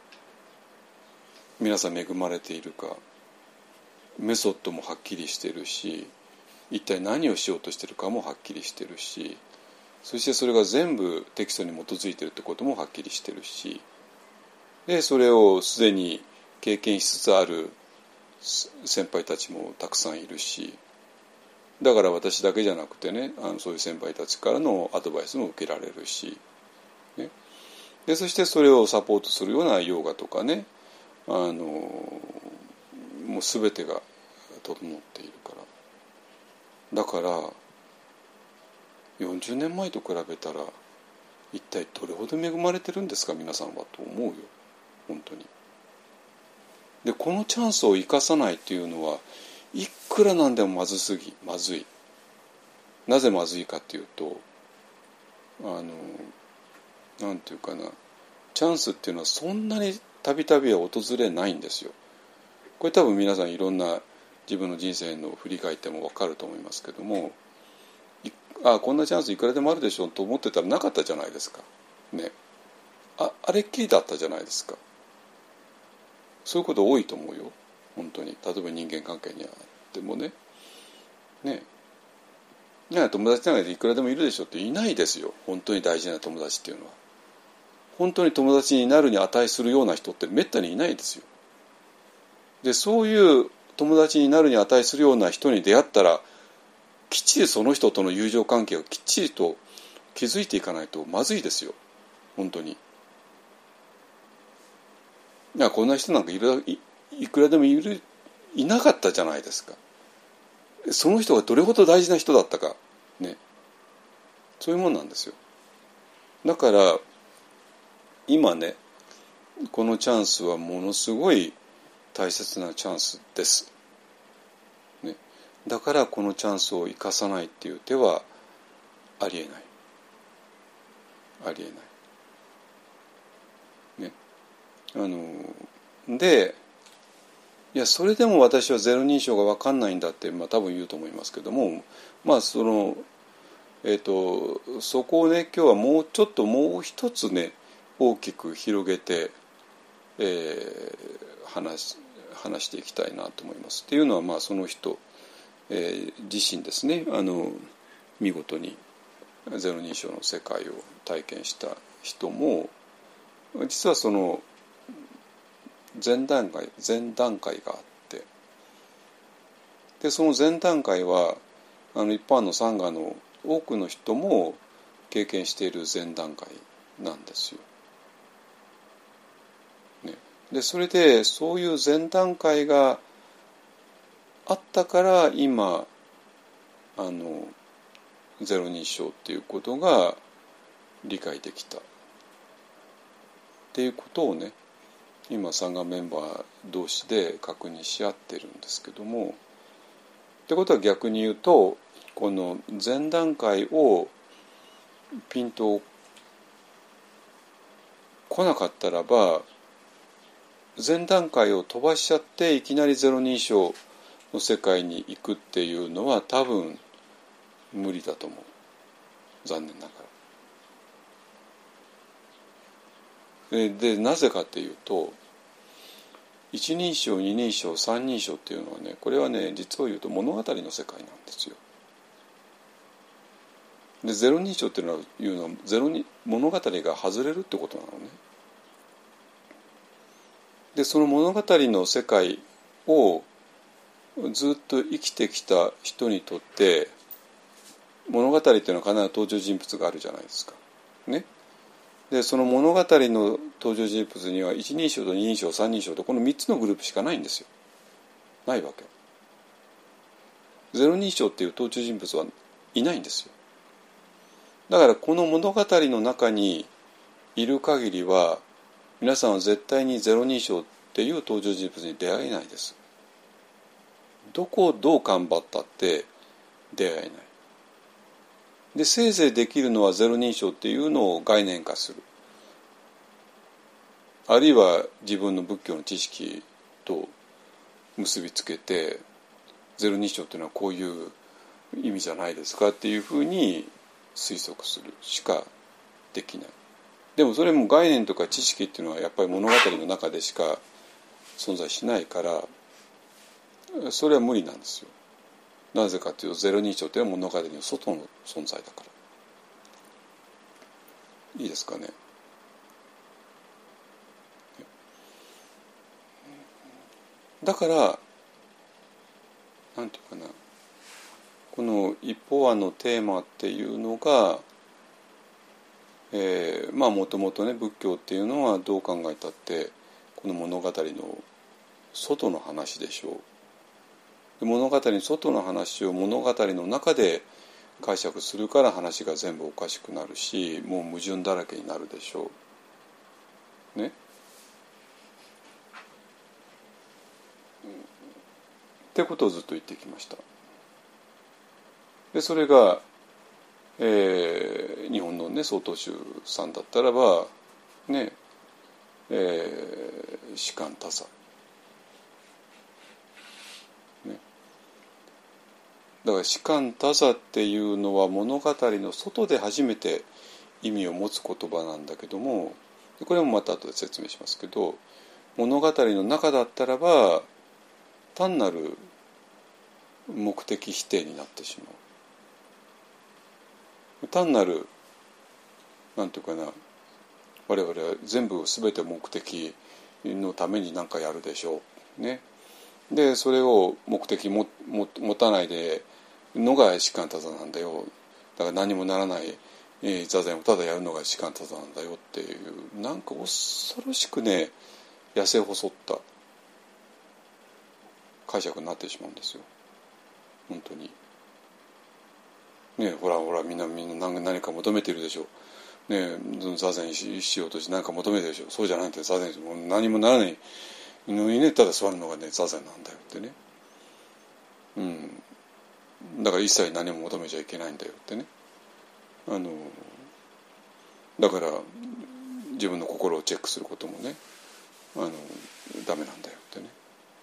皆さん恵まれているか。メソッドもはっきりしてるし、一体何をしようとしてるかもはっきりしてるし、そしてそれが全部テキストに基づいてるってこともはっきりしてるし、でそれをすでに経験しつつある先輩たちもたくさんいるし、だから私だけじゃなくてね、あのそういう先輩たちからのアドバイスも受けられるし、ね、でそしてそれをサポートするようなヨガとかね、あのもう全てが整っているから。だからよんじゅうねんまえと比べたら一体どれほど恵まれてるんですか皆さんはと思うよ本当に。でこのチャンスを生かさないっていうのはいくらなんでもまずすぎまずい。なぜまずいかっていうと、あのなんていうかな、チャンスっていうのはそんなにたびたびは訪れないんですよ。これ多分皆さんいろんな自分の人生の振り返っても分かると思いますけども、あこんなチャンスいくらでもあるでしょうと思ってたらなかったじゃないですかね。ああれっきりだったじゃないですか。そういうこと多いと思うよ本当に。例えば人間関係にあってもねねね友達なんかでいくらでもいるでしょっていないですよ本当に大事な友達っていうのは。本当に友達になるに値するような人ってめったにいないですよ。でそういう友達になるに値するような人に出会ったらきっちりその人との友情関係をきっちりと築いていかないとまずいですよ本当に。いやこんな人なんかいる い, いくらでもいるいなかったじゃないですか。その人がどれほど大事な人だったかね、そういうもんなんですよ。だから今ねこのチャンスはものすごい大切なチャンスです、ね、だからこのチャンスを生かさないっていう手はありえないありえない、ね、あのでいやそれでも私はゼロ認証が分かんないんだって、まあ、多分言うと思いますけども、まあそのえーと、そこをね今日はもうちょっともう一つね大きく広げて、えー、話, 話していきたいなと思います。っていうのはまあその人、えー、自身ですね、あの見事にゼロ認証の世界を体験した人も実はその前段階前段階があって、でその前段階はあの一般のサンガの多くの人も経験している前段階なんですよ、ね、でそれでそういう前段階があったから今あのゼロ認証っていうことが理解できたっていうことをね今サンガメンバー同士で確認し合ってるんですけども、ってことは逆に言うとこの前段階をピンと来なかったらば前段階を飛ばしちゃっていきなりゼロ認証の世界に行くっていうのは多分無理だと思う。残念ながら。で、でなぜかっていうと一人称二人称三人称っていうのはね、これはね実を言うと物語の世界なんですよ。でゼロ認証っていうのはいうのはゼロに物語が外れるってことなのね。でその物語の世界をずっと生きてきた人にとって物語っていうのは必ず登場人物があるじゃないですか。ね。でその物語の登場人物には一人称と二人称三人称とこのみっつのグループしかないんですよ。ないわけ。ゼロ認証っていう登場人物はいないんですよ。だからこの物語の中にいる限りは皆さんは絶対にゼロ認証っていう登場人物に出会えないです。どこをどう頑張ったって出会えない。でせいぜいできるのはゼロ認証っていうのを概念化する。あるいは自分の仏教の知識と結びつけてゼロ認証っていうのはこういう意味じゃないですかっていうふうに推測するしかできない。でもそれも概念とか知識っていうのはやっぱり物語の中でしか存在しないからそれは無理なんですよ。なぜかというとゼロ認証っていうのは物語の外の存在だから。いいですかね。だからなんていうかな、この一方案のテーマっていうのがえー、まあもともとね仏教っていうのはどう考えたってこの物語の外の話でしょう。で物語の外の話を物語の中で解釈するから話が全部おかしくなるしもう矛盾だらけになるでしょう。ね。ってことをずっと言ってきました。でそれがえー、日本のね曹洞宗さんだったらばねえー、士官多佐、ね、だから士官多佐っていうのは物語の外で初めて意味を持つ言葉なんだけどもこれもまた後で説明しますけど物語の中だったらば単なる目的否定になってしまう。単なるなんていうかな我々は全部全て目的のために何かやるでしょうね。でそれを目的もも持たないでのが士官多佐なんだよ。だから何もならない、えー、座禅をただやるのが士官多佐なんだよっていうなんか恐ろしくね痩せ細った解釈になってしまうんですよ本当に。ね、ほらほらみんなみんな何か求めてるでしょう、ね、座禅 し, しようとして何か求めてるでしょ。そうじゃないって座禅もう何もならないのにねただ座るのがね座禅なんだよってね、うん、だから一切何も求めちゃいけないんだよってね。あのだから自分の心をチェックすることもねあのダメなんだよってね。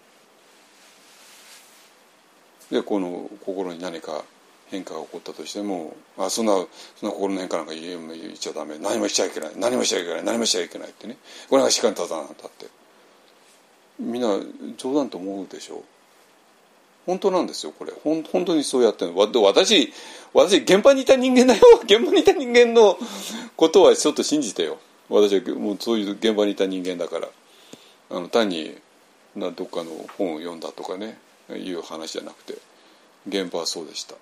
でこの心に何か変化が起こったとしてもあそんなそんな心の変化なんか言っちゃダメ何もしちゃいけない何もしちゃいけない何もしちゃいけないってねこれが士官多佐なんだってみんな冗談と思うでしょ。本当なんですよこれほん本当にそうやってるの。私私現場にいた人間だよ現場にいた人間のことはちょっと信じてよ。私はもうそういう現場にいた人間だからあの単になどっかの本を読んだとかねいう話じゃなくて現場はそうでした。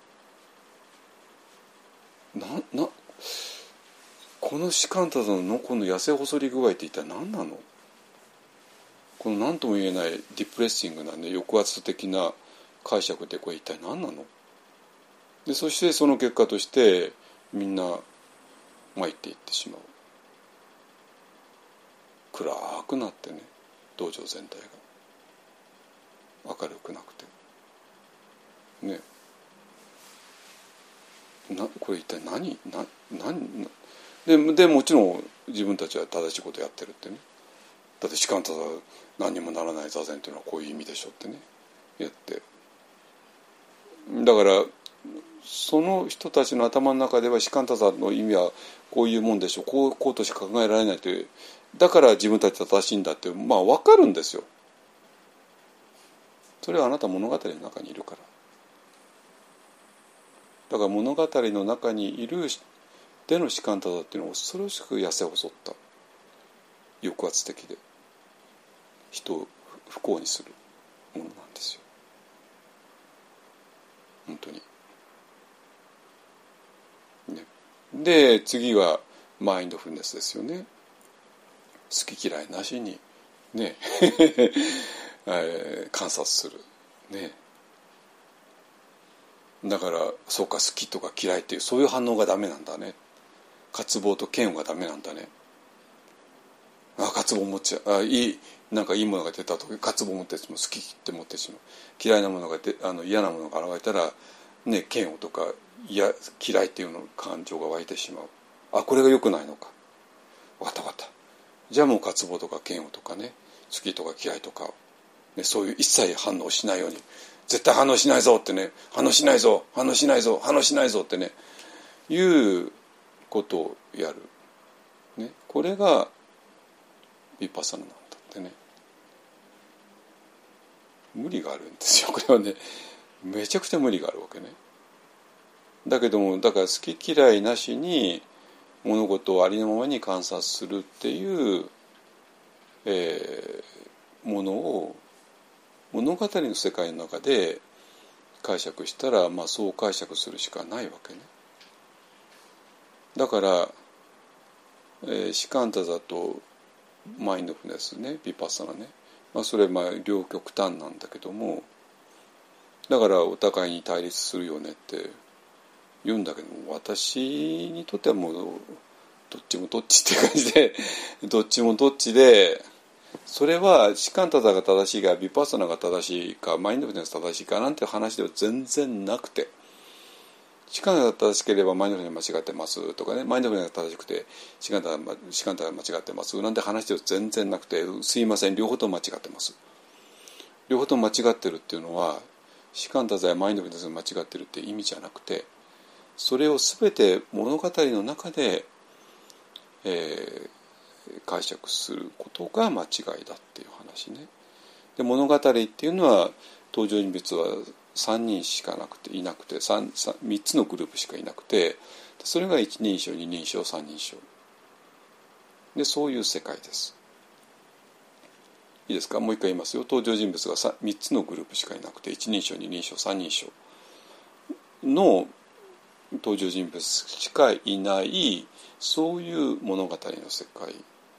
ななこの士官多佐のこの痩せ細り具合って一体何なの。この何とも言えないディプレッシングな、ね、抑圧的な解釈ってこれ一体何なの。でそしてその結果としてみんな参っていってしまう。暗くなってね道場全体が明るくなくてね。なこれ一体何な何ででもちろん自分たちは正しいことやってるってね。だって士官多座何にもならない座禅っていうのはこういう意味でしょってねやって、だからその人たちの頭の中では士官多座の意味はこういうもんでしょう、こうこうとしか考えられないという、だから自分たち正しいんだってまあ分かるんですよ。それはあなた物語の中にいるから。だから物語の中にいるでの士官多座っていうのは恐ろしく痩せ細った抑圧的で人を不幸にするものなんですよ本当に、ね、で次はマインドフルネスですよね。好き嫌いなしにねえー、観察するね。だからそうか好きとか嫌いっていうそういう反応がダメなんだね。渇望と嫌悪がダメなんだね。あ渇望持っちゃあいいなんかいいものが出た時渇望持ってしまう、好きって持ってしまう、嫌いなものがであの嫌なものが現れたらね嫌悪とか嫌嫌いっていうの感情が湧いてしまう。あこれが良くないのか、分かった分かった、じゃあもう渇望とか嫌悪とかね好きとか嫌いとか、ね、そういう一切反応しないように絶対反応しないぞってね、反応しないぞ反応しないぞ反応しないぞってねいうことをやる、ね、これがヴィパッサナなんだってね。無理があるんですよこれはね。めちゃくちゃ無理があるわけね。だけどもだから好き嫌いなしに物事をありのままに観察するっていう、えー、ものを物語の世界の中で解釈したら、まあ、そう解釈するしかないわけね。だから、えー、シカンタザとマインドフルネスねヴィパッサナね、まあ、それまあ両極端なんだけども、だからお互いに対立するよねって言うんだけども、私にとってはもうどっちもどっちって感じでどっちもどっちで、それはシカンタザが正しいかヴィパッサナが正しいかマインドフルネス正しいかなんて話では全然なくて、シカンタザが正しければマインドフルネス間違ってますとかね、マインドフルネスが正しくてシカンタザが間違ってますなんて話では全然なくて、すいません両方とも間違ってます。両方とも間違ってるっていうのはシカンタザやマインドフルネスが間違ってるって意味じゃなくて、それを全て物語の中で、えー、解釈することが間違いだっていう話ね。で物語っていうのは登場人物はさんにんしかなくていなくて 3, 3, みっつのグループしかいなくて、それが一人称二人称三人称でそういう世界です。いいですか、もう一回言いますよ。登場人物がみっつのグループしかいなくて一人称二人称三人称の登場人物しかいないそういう物語の世界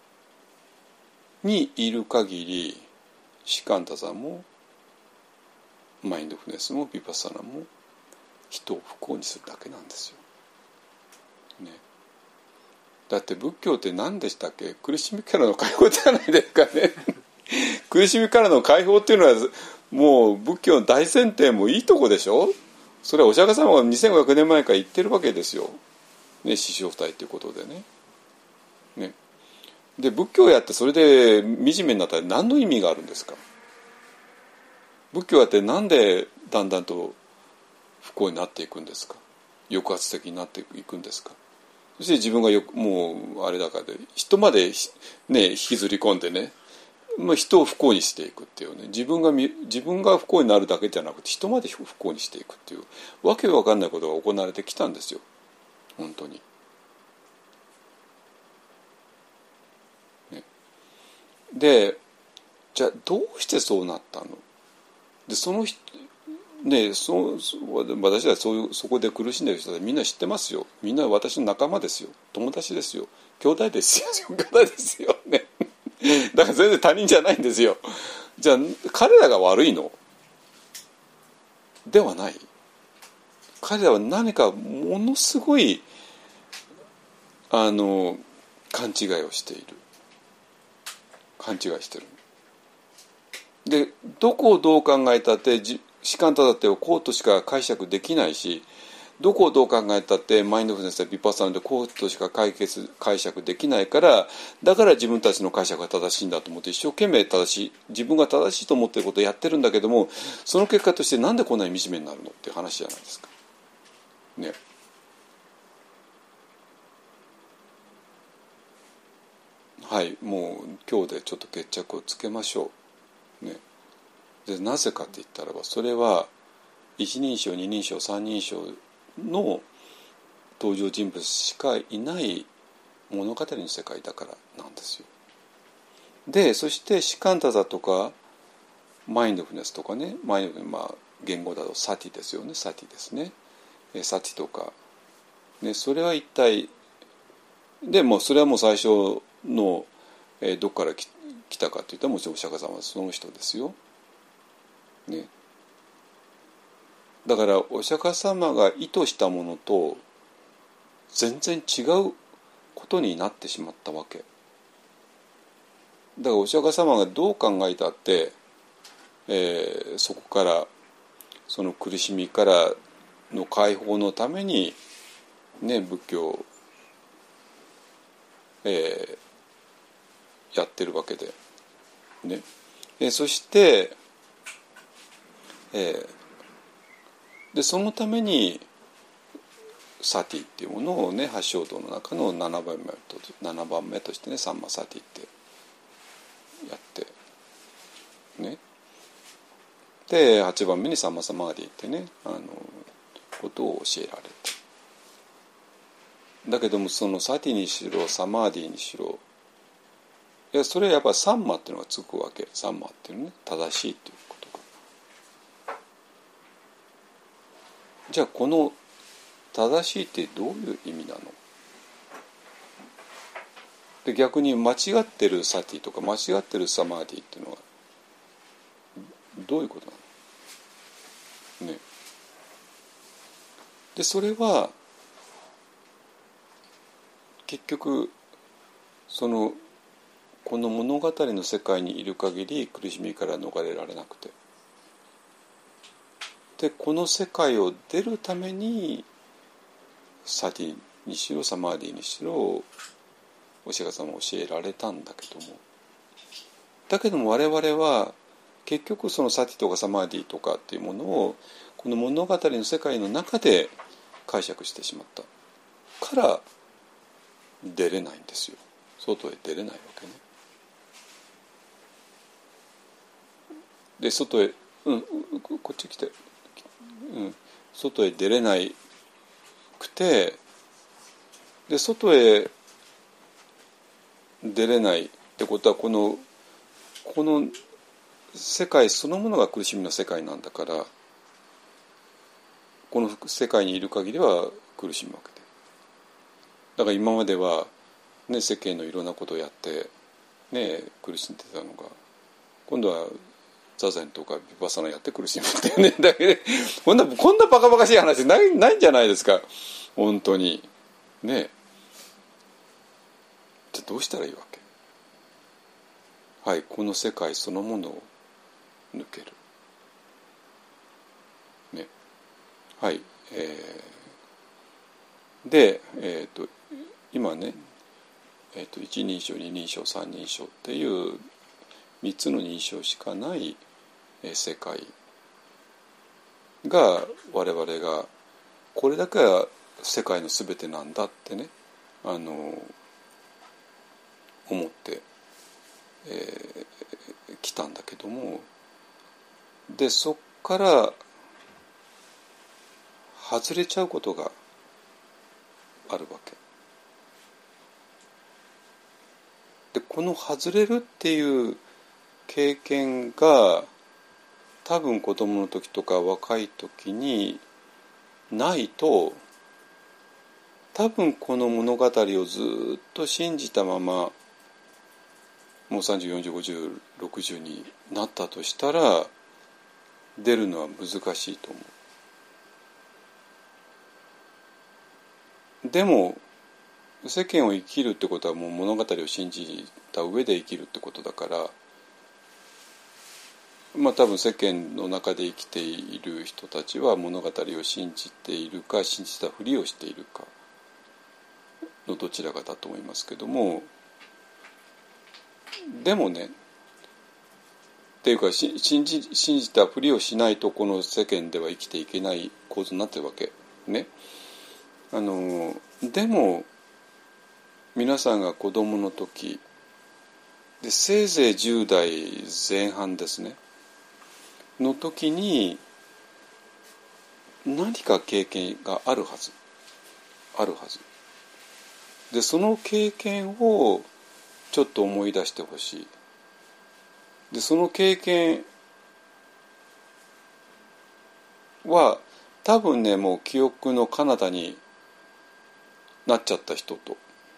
にいる限りシカンタザもマインドフルネスもヴィパッサナも人を不幸にするだけなんですよ、ね、だって仏教って何でしたっけ、苦しみからの解放じゃないですかね苦しみからの解放っていうのはもう仏教の大前提もいいとこでしょ。それはお釈迦様がにせんごひゃくねんまえから言ってるわけですよ、ね、師匠二人ということで ね, ねで仏教をやってそれで惨めになったら何の意味があるんですか。仏教をやってなんでだんだんと不幸になっていくんですか、抑圧的になっていくんですか。そして自分がよもうあれだからで人まで、ね、引きずり込んでね、まあ、人を不幸にしていくっていうね、自分が自分が不幸になるだけじゃなくて人まで不幸にしていくっていうわけわかんないことが行われてきたんですよ本当に、ね、でじゃあどうしてそうなったので、その人ね、そ私はそういうそこで苦しんでる人はみんな知ってますよ。みんな私の仲間ですよ、友達ですよ、兄弟ですよ兄弟ですよねだから全然他人じゃないんですよ。じゃあ彼らが悪いのではない。彼らは何かものすごいあの勘違いをしている勘違いしてる。 でどこをどう考えたって士官ただってをこうとしか解釈できないし、どこをどう考えたってマインドフルネスやビパッサナでこうとしか解決解釈できないから、だから自分たちの解釈が正しいんだと思って一生懸命正しい自分が正しいと思っていることをやってるんだけども、その結果としてなんでこんなに惨めになるのっていう話じゃないですかね。はい、もう今日でちょっと決着をつけましょうね。でなぜかって言ったらば、それは一人称二人称三人称の登場人物しかいない物語の世界だからなんですよ。でそしてシカンタザとかマインドフルネスとかね、マインドフルネス、まあ言語だとサティですよね、サティですね、サティとかね、それは一体でもそれはもう最初の、えー、どこから来たかっていったらもちろんお釈迦様はその人ですよ、ね、だからお釈迦様が意図したものと全然違うことになってしまったわけだから、お釈迦様がどう考えたって、えー、そこからその苦しみからの解放のためにね、仏教を、えー、やってるわけでね、えー、そして、えー、でそのためにサティっていうものをね、八正道の中のななばんめとななばんめとしてね、サンマサティってやってね、ではちばんめにサンマサマーディってね、あのことを教えられて、だけどもそのサティにしろサマーディにしろ、いやそれはやっぱりサンマっていうのがつくわけ。サンマっていうのね、正しいっていうことが。じゃあこの正しいってどういう意味なの？で逆に間違ってるサティとか間違ってるサマーディっていうのはどういうことなの？ね。でそれは結局そのこの物語の世界にいる限り苦しみから逃れられなくて、でこの世界を出るためにサティにしろサマーディにしろお釈迦様は教えられたんだけども、だけども我々は結局そのサティとかサマーディとかっていうものをこの物語の世界の中で解釈してしまったから出れないんですよ。外へ出れないわけね。で外へ、うん、こっち来て、うん、外へ出れないくて、で外へ出れないってことはこのこの世界そのものが苦しみの世界なんだから、この世界にいる限りは苦しむわけで、だから今までは、ね、世間のいろんなことをやって、ね、苦しんでたのが今度は座禅とかビパッサナやって苦しむっていうね、だけでこんなこんなバカバカしい話ない、ないんじゃないですか本当にね。じゃあどうしたらいいわけ？はい、この世界そのものを抜けるね。はい、えー、で、えー、と今ね、えー、と一人称二人称三人称っていう三つの認証しかない、えー、世界が我々がこれだけは世界のすべてなんだってね、あの思って、えー、来たんだけども、でそっから外れちゃうことがあるわけで、この外れるっていう経験が多分子供の時とか若い時にないと、多分この物語をずっと信じたままもうさんじゅう、よんじゅう、ごじゅう、ろくじゅうになったとしたら出るのは難しいと思う。でも世間を生きるってことはもう物語を信じた上で生きるってことだから、 まあ多分世間の中で生きている人たちは物語を信じているか信じたふりをしているかのどちらかだと思いますけども、でもねっていうか信じ信じたふりをしないとこの世間では生きていけない構図になってるわけね。あのでも皆さんが子供の時でせいぜいじゅう代前半ですねの時に何か経験があるはずあるはずで、その経験をちょっと思い出してほしい。でその経験は多分ねもう記憶の彼方になっちゃった人と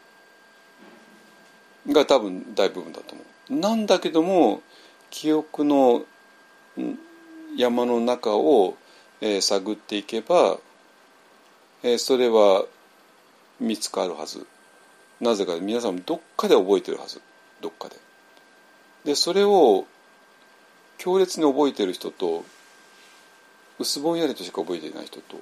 が多分大部分だと思う。なんだけども記憶の山の中を、えー、探っていけば、えー、それは見つかるはず。なぜか皆さんどっかで覚えてるはず。どっかで。でそれを強烈に覚えている人と薄ぼんやりとしか覚えていない人と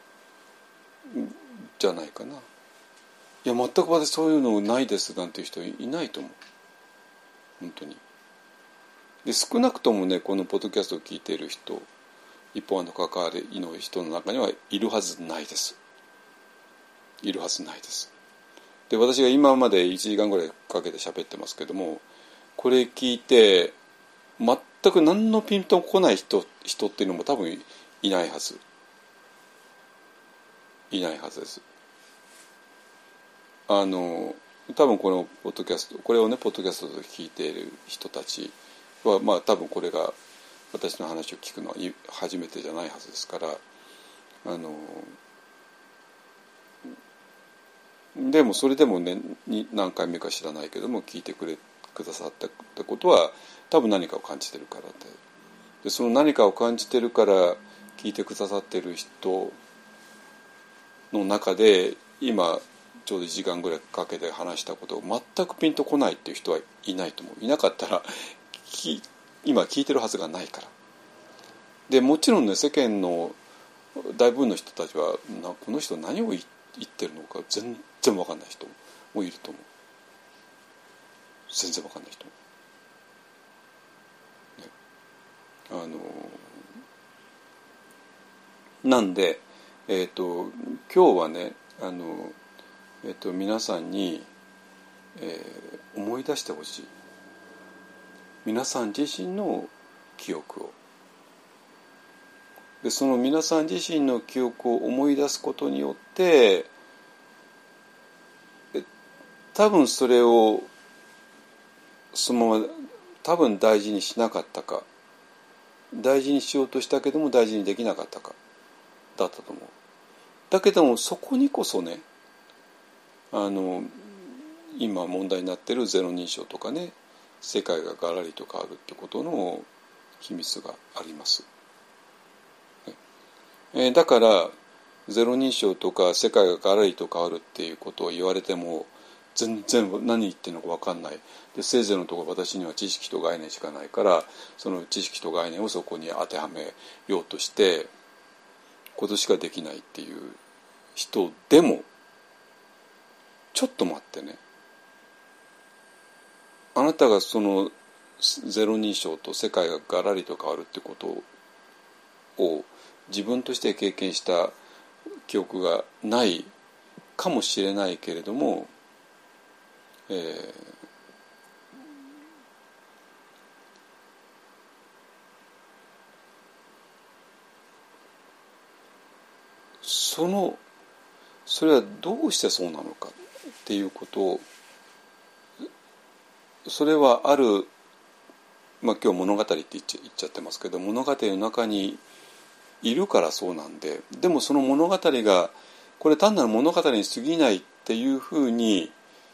じゃないかな。いや全く私そういうのないですなんていう人いないと思う本当に。で少なくともねこのポッドキャストを聞いている人一本の関わりの人の中にはいるはずないですいるはずないです。で私が今までいちじかんぐらいかけて喋ってますけどもこれ聞いて全く何のピンとこない人人っていうのも多分いないはずいないはずです。あの多分このポッドキャストこれをねポッドキャストで聞いている人たちはまあ多分これが私の話を聞くのは初めてじゃないはずですからあのでもそれでもね何回目か知らないけども聞いてくれくださったってことは多分何かを感じてるからで、でその何かを感じてるから聞いてくださってる人の中で今ちょうどいちじかんぐらいかけて話したことを全くピンとこないっていう人はいないと思う。いなかったら今聞いてるはずがないから。でもちろんね世間の大部分の人たちはなこの人何を言ってるのか全然分かんない人もいると思う。全然分かんない人も、ね、あのなんで、えーと、今日はねあの、えーと、皆さんに、えー、思い出してほしい皆さん自身の記憶をでその皆さん自身の記憶を思い出すことによって多分それをそのまま多分大事にしなかったか大事にしようとしたけども大事にできなかったかだったと思う。だけどもそこにこそねあの今問題になっているゼロ認証とかね世界がガラリと変わるってことの秘密があります、ねえー、だからゼロ認証とか世界がガラリと変わるっていうことを言われても全然何言ってるのか分かんないでせいぜいのところ私には知識と概念しかないからその知識と概念をそこに当てはめようとしてことしかできないっていう人でもちょっと待ってねあなたがそのゼロ認証と世界がガラリと変わるってことを自分として経験した記憶がないかもしれないけれどもえー、そのそれはどうしてそうなのかっていうことをそれはある、まあ、今日物語って言っちゃ、言っちゃってますけど物語の中にいるからそうなんででもその物語がこれ単なる物語に過ぎないっていうふうに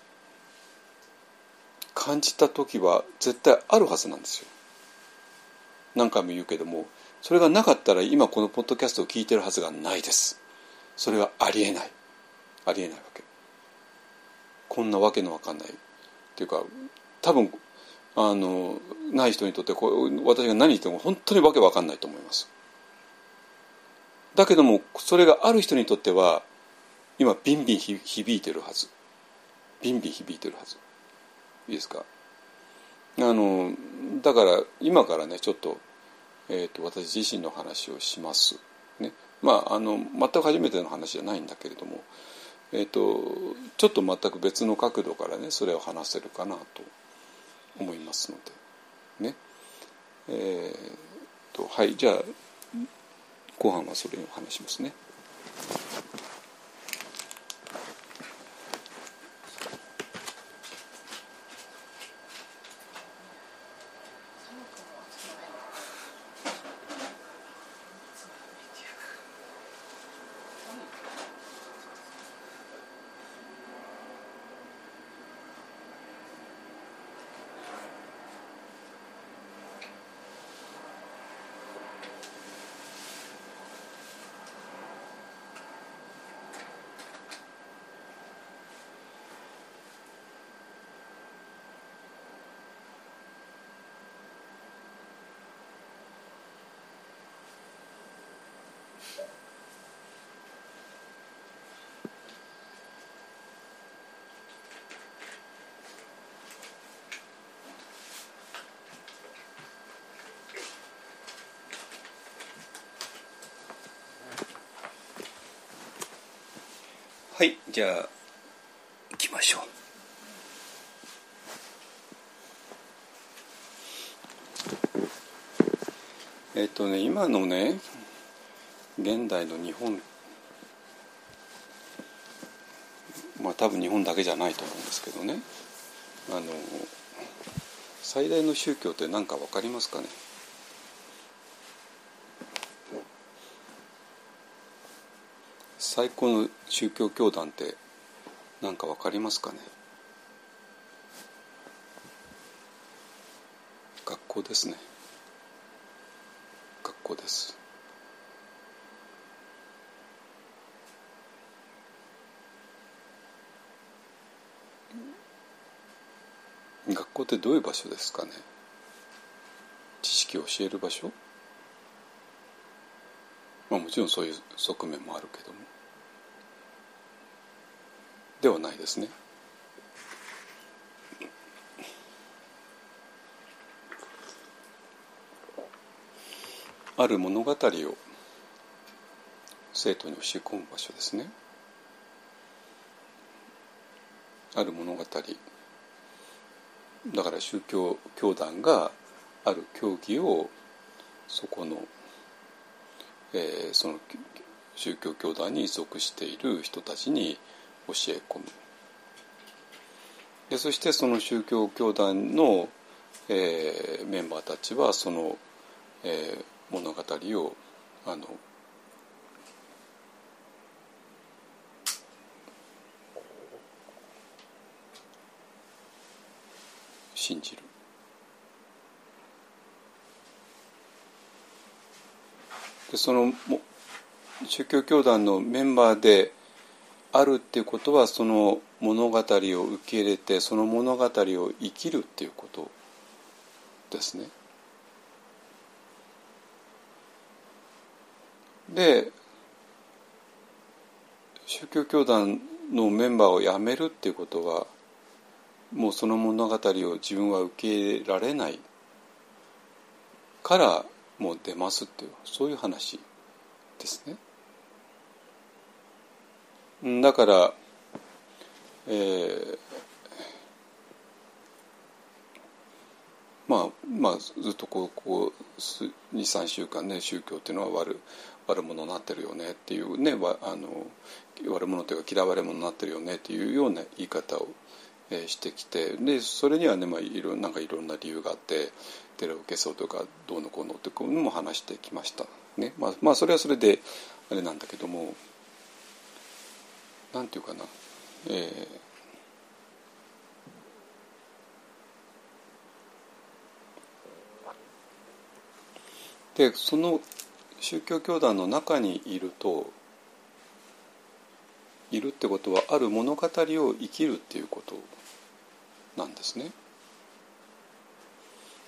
感じた時は絶対あるはずなんですよ。何回も言うけどもそれがなかったら今このポッドキャストを聞いてるはずがないです。それはありえないありえないわけ。こんなわけのわかんないっていうか多分あのない人にとってこう私が何言っても本当にわけわかんないと思います。だけどもそれがある人にとっては今ビンビン響いてるはず。ビンビン響いてるはず。いいですか。あのだから今からねちょっと、えーと、私自身の話をします。ね、まああの全く初めての話じゃないんだけれども、えーと、ちょっと全く別の角度からねそれを話せるかなと思いますのでね。えーとはいじゃあ後半はそれを話しますね。はいじゃあ行きましょう。えっとね今のね現代の日本、まあ多分日本だけじゃないと思うんですけどね、あの最大の宗教って何か分かりますかね。最高の宗教教団って何か分かりますかね。学校ですね。学校です。学校ってどういう場所ですかね。知識を教える場所、まあもちろんそういう側面もあるけどもではないですね。ある物語を生徒に教え込む場所ですね。ある物語だから宗教教団がある教義をそこの、えー、その宗教教団に属している人たちに教え込む。でそしてその宗教教団の、えー、メンバーたちはその、えー、物語をあの信じる。でその宗教教団のメンバーであるっていうことはその物語を受け入れてその物語を生きるっていうことですね。で宗教教団のメンバーを辞めるっていうことはもうその物語を自分は受け入れられないからもう出ますっていうそういう話ですね。だから、えー、まあまあずっとこうこうにさんしゅうかんね宗教っていうのは悪悪者になってるよねっていうねあの悪者というか嫌われ者になってるよねっていうような言い方を、えー、してきてでそれにはね、まあ、いろなんかいろんな理由があって寺を消そうとかどうのこうのってこういうのも話してきましたね。まあ、まあそれはそれであれなんだけどもなんていうかな、えー、でその宗教教団の中にいるといるってことはある物語を生きるっていうことなんですね。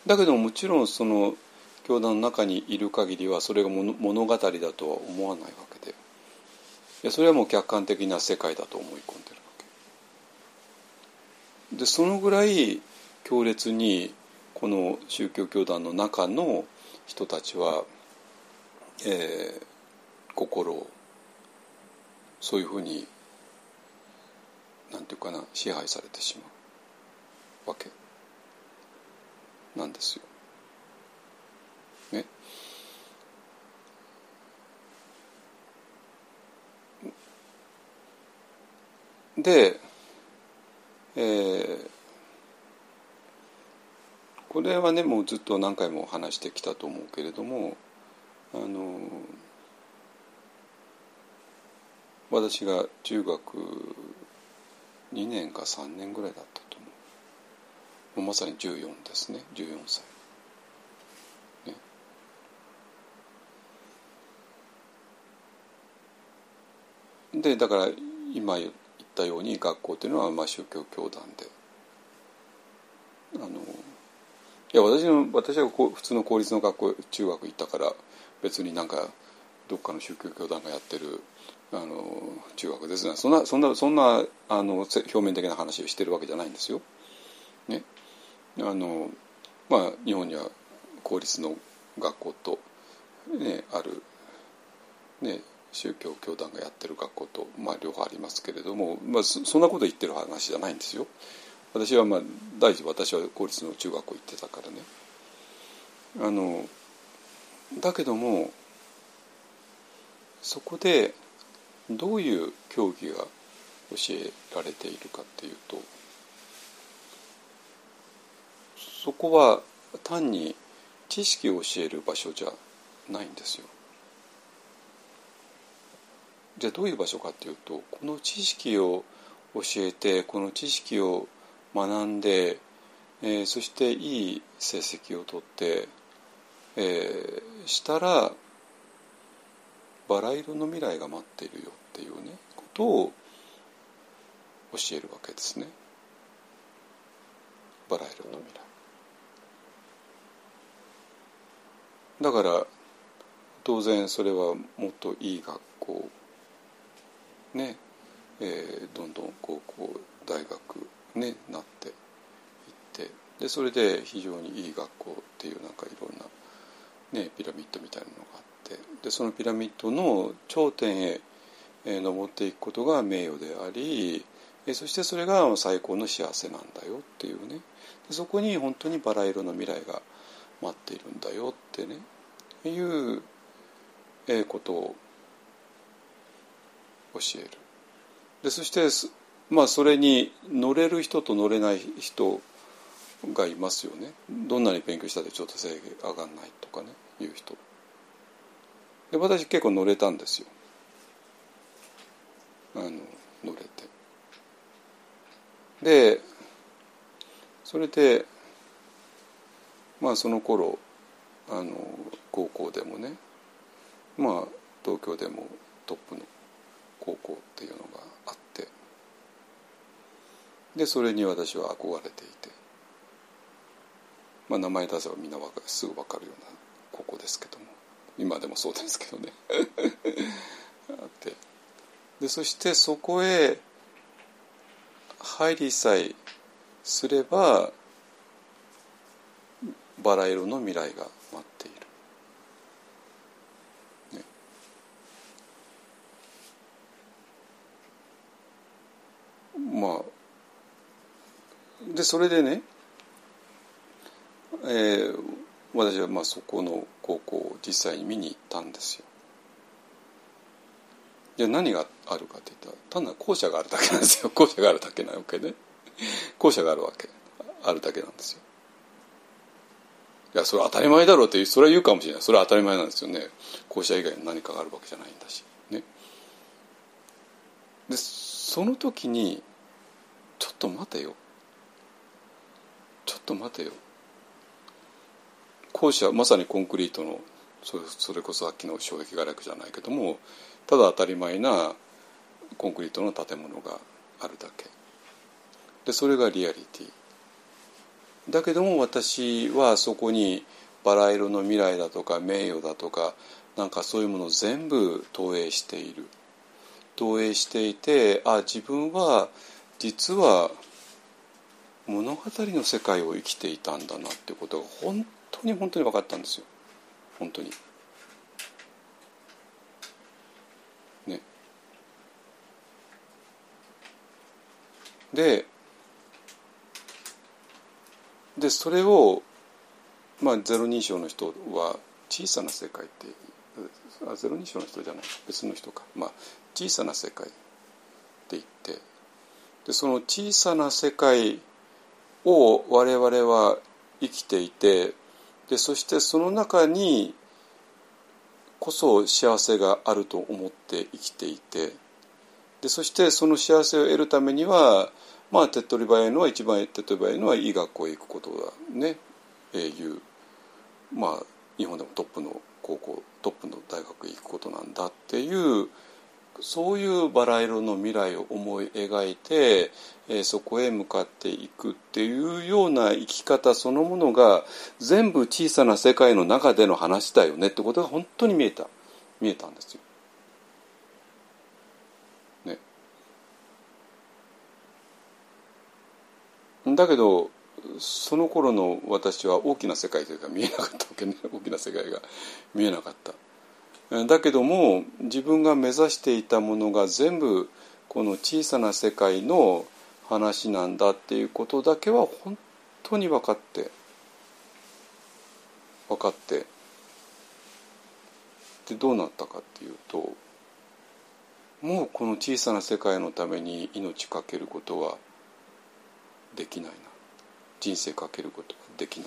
だけどもちろんその教団の中にいる限りはそれが物語だとは思わないわけで、いやそれはもう客観的な世界だと思い込んでるわけで、そのぐらい強烈にこの宗教教団の中の人たちは、えー、心をそういうふうになんていうかな支配されてしまうわけなんですよ。ね。で、えー、これはねもうずっと何回も話してきたと思うけれども、あの私が中学にねんかさんねんぐらいだったと思う。もうまさにじゅうよんですね、じゅうよんさい、ね、でだから今言ったように学校というのはまあ宗教教団で、あのいや私の私はこう普通の公立の学校中学行ったから別になんかどっかの宗教教団がやってるあの中学ですね、そんなそんなそんなあの表面的な話をしてるわけじゃないんですよ。ね、あのまあ日本には公立の学校と、ね、ある、ね、宗教教団がやってる学校と、まあ、両方ありますけれども、まあ、そ, そんなこと言ってる話じゃないんですよ。私はまあ第一私は公立の中学校行ってたからね。あのだけどもそこでどういう教義が教えられているかっていうと、そこは単に知識を教える場所じゃないんですよ。じゃあどういう場所かっていうと、この知識を教えてこの知識を学んで、えー、そしていい成績を取って、えー、したらバラ色の未来が待っているよっていうねことを教えるわけですね。バラ色の未来だから当然それはもっといい学校ね、えー、どんどん高校大学ねなっていって、でそれで非常にいい学校っていうなんかいろんなねピラミッドみたいなのがあって、でそのピラミッドの頂点へ登っていくことが名誉であり、そしてそれが最高の幸せなんだよっていうね、でそこに本当にバラ色の未来が待っているんだよってねいうことを教える。でそしてまあそれに乗れる人と乗れない人がいますよね。どんなに勉強したってちょっと成績上がんないとかねいう人で、私結構乗れたんですよ。あの乗れて、でそれでまあその頃あの高校でもね、まあ東京でもトップの高校っていうのがあって、でそれに私は憧れていて、まあ名前出せばみんなわかすぐ分かるような高校ですけども、今でもそうですけどねあって、でそしてそこへ入りさえすればバラ色の未来が待っている、ね、まあでそれでね、えー、私はまあそこの高校を実際に見に行ったんですよ。じゃあ何があるかって言ったら単なる校舎があるだけなんですよ。校舎があるだけなわけね。校舎があるわけあるだけなんですよ。いやそれは当たり前だろうってそれは言うかもしれない。それは当たり前なんですよね。校舎以外に何かがあるわけじゃないんだしね。でその時にちょっと待てよちょっと待てよ校舎まさにコンクリートのそれ、それこそさっきの障壁画力じゃないけども、ただ当たり前なコンクリートの建物があるだけで、それがリアリティだけども私はそこにバラ色の未来だとか名誉だとかなんかそういうものを全部投影している投影していて、あ、自分は実は物語の世界を生きていたんだなってことが本当に本当に分かったんですよ。本当にね。ででそれをまあゼロ認証の人は小さな世界ってあゼロ認証の人じゃない別の人か、まあ、小さな世界って言ってでその小さな世界を我々は生きていてでそしてその中にこそ幸せがあると思って生きていてでそしてその幸せを得るためにはまあ手っ取り早いのは一番手っ取り早いのは医学校へ行くことだね、えー、いうまあ日本でもトップの高校トップの大学へ行くことなんだっていうそういうバラ色の未来を思い描いて、えー、そこへ向かっていくっていうような生き方そのものが全部小さな世界の中での話だよねってことが本当に見えた見えたんですよ。ね。だけどその頃の私は大きな世界というか見えなかったわけね。大きな世界が見えなかった。だけども自分が目指していたものが全部この小さな世界の話なんだっていうことだけは本当に分かって分かってでどうなったかっていうともうこの小さな世界のために命かけることはできないな人生かけることはできない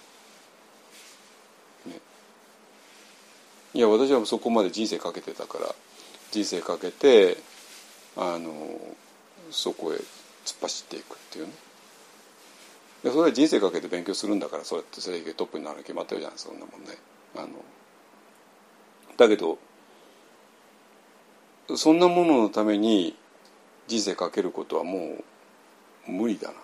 な、ね、いや私はそこまで人生かけてたから人生かけてあのそこへ突っ走っていくっていうねでそれは人生かけて勉強するんだからそうやってそれでトップになるに決まってるじゃないそんなもんねあのだけどそんなもののために人生かけることはもう無理だな